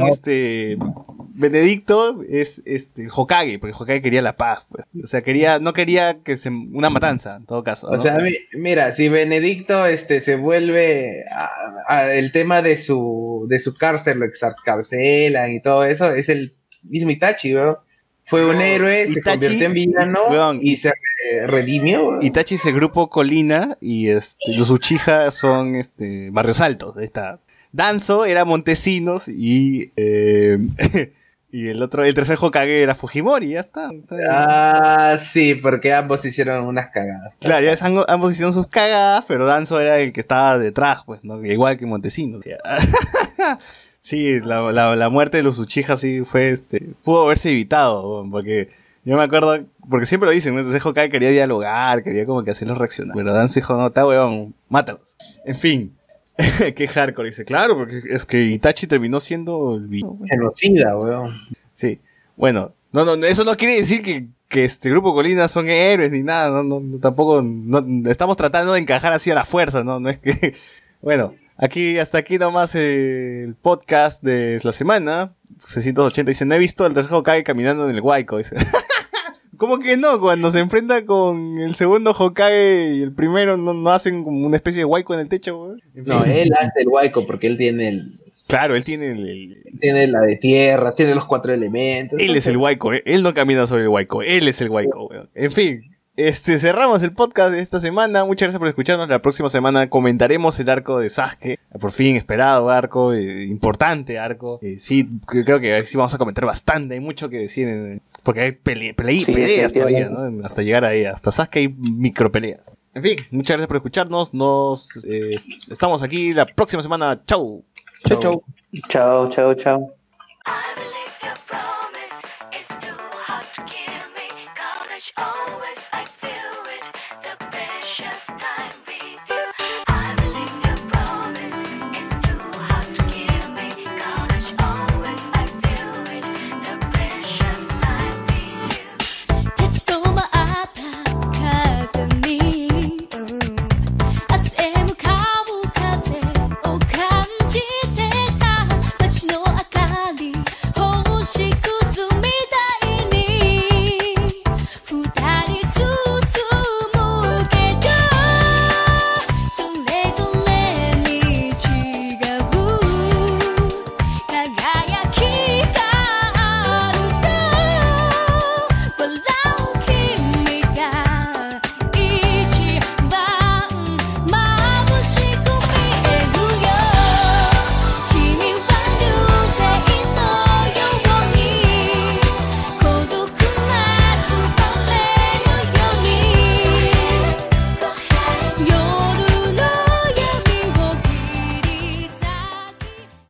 Benedicto es Hokage, porque Hokage quería la paz, pues. O sea, no quería que una matanza, en todo caso, ¿no?
O sea, mira, si Benedicto se vuelve el tema de su cárcel, lo excarcelan y todo eso, es el mismo Itachi, ¿no? Fue un héroe, se convirtió en villano y se redimió, ¿no?
Itachi es el grupo Colina y los Uchiha son barrios altos de esta. Danzo era Montesinos y y el tercer Hokage era Fujimori, ya está.
Sí, porque ambos hicieron unas cagadas.
Claro, ya ambos hicieron sus cagadas, pero Danzo era el que estaba detrás, pues, ¿no? Igual que Montesinos. Sí, la muerte de los Uchiha sí fue, pudo haberse evitado, porque yo me acuerdo, porque siempre lo dicen, ¿no? Entonces Hokage quería dialogar, quería como que hacerlos reaccionar, pero Danzo dijo, no, está weón, mátalos. En fin. Qué hardcore, dice, claro, porque es que Itachi terminó siendo el
genocida, weón.
Sí, bueno, no, eso no quiere decir que este grupo Colina son héroes ni nada, no, tampoco, estamos tratando de encajar así a la fuerza, no es que, bueno, hasta aquí nomás el podcast de la semana, 680 dice, no he visto al tercer Hokage caminando en el Huayco, dice. ¿Cómo que no? Cuando se enfrenta con el segundo Hokage y el primero no hacen como una especie de huaico en el techo, güey.
No, él hace el huaico porque él tiene
Claro, él tiene
tiene la de tierra, tiene los 4 elementos.
Él es el huaico, él no camina sobre el huaico, él es el huaico, güey. En fin, cerramos el podcast de esta semana. Muchas gracias por escucharnos. La próxima semana comentaremos el arco de Sasuke. Por fin, esperado arco, importante arco. Sí, creo que sí vamos a comentar bastante. Hay mucho que decir, porque hay peleas todavía, ¿no? Hasta llegar ahí, hasta Sasuke hay micropeleas. En fin, muchas gracias por escucharnos. Estamos aquí la próxima semana. Chau.
Chau.
Chao.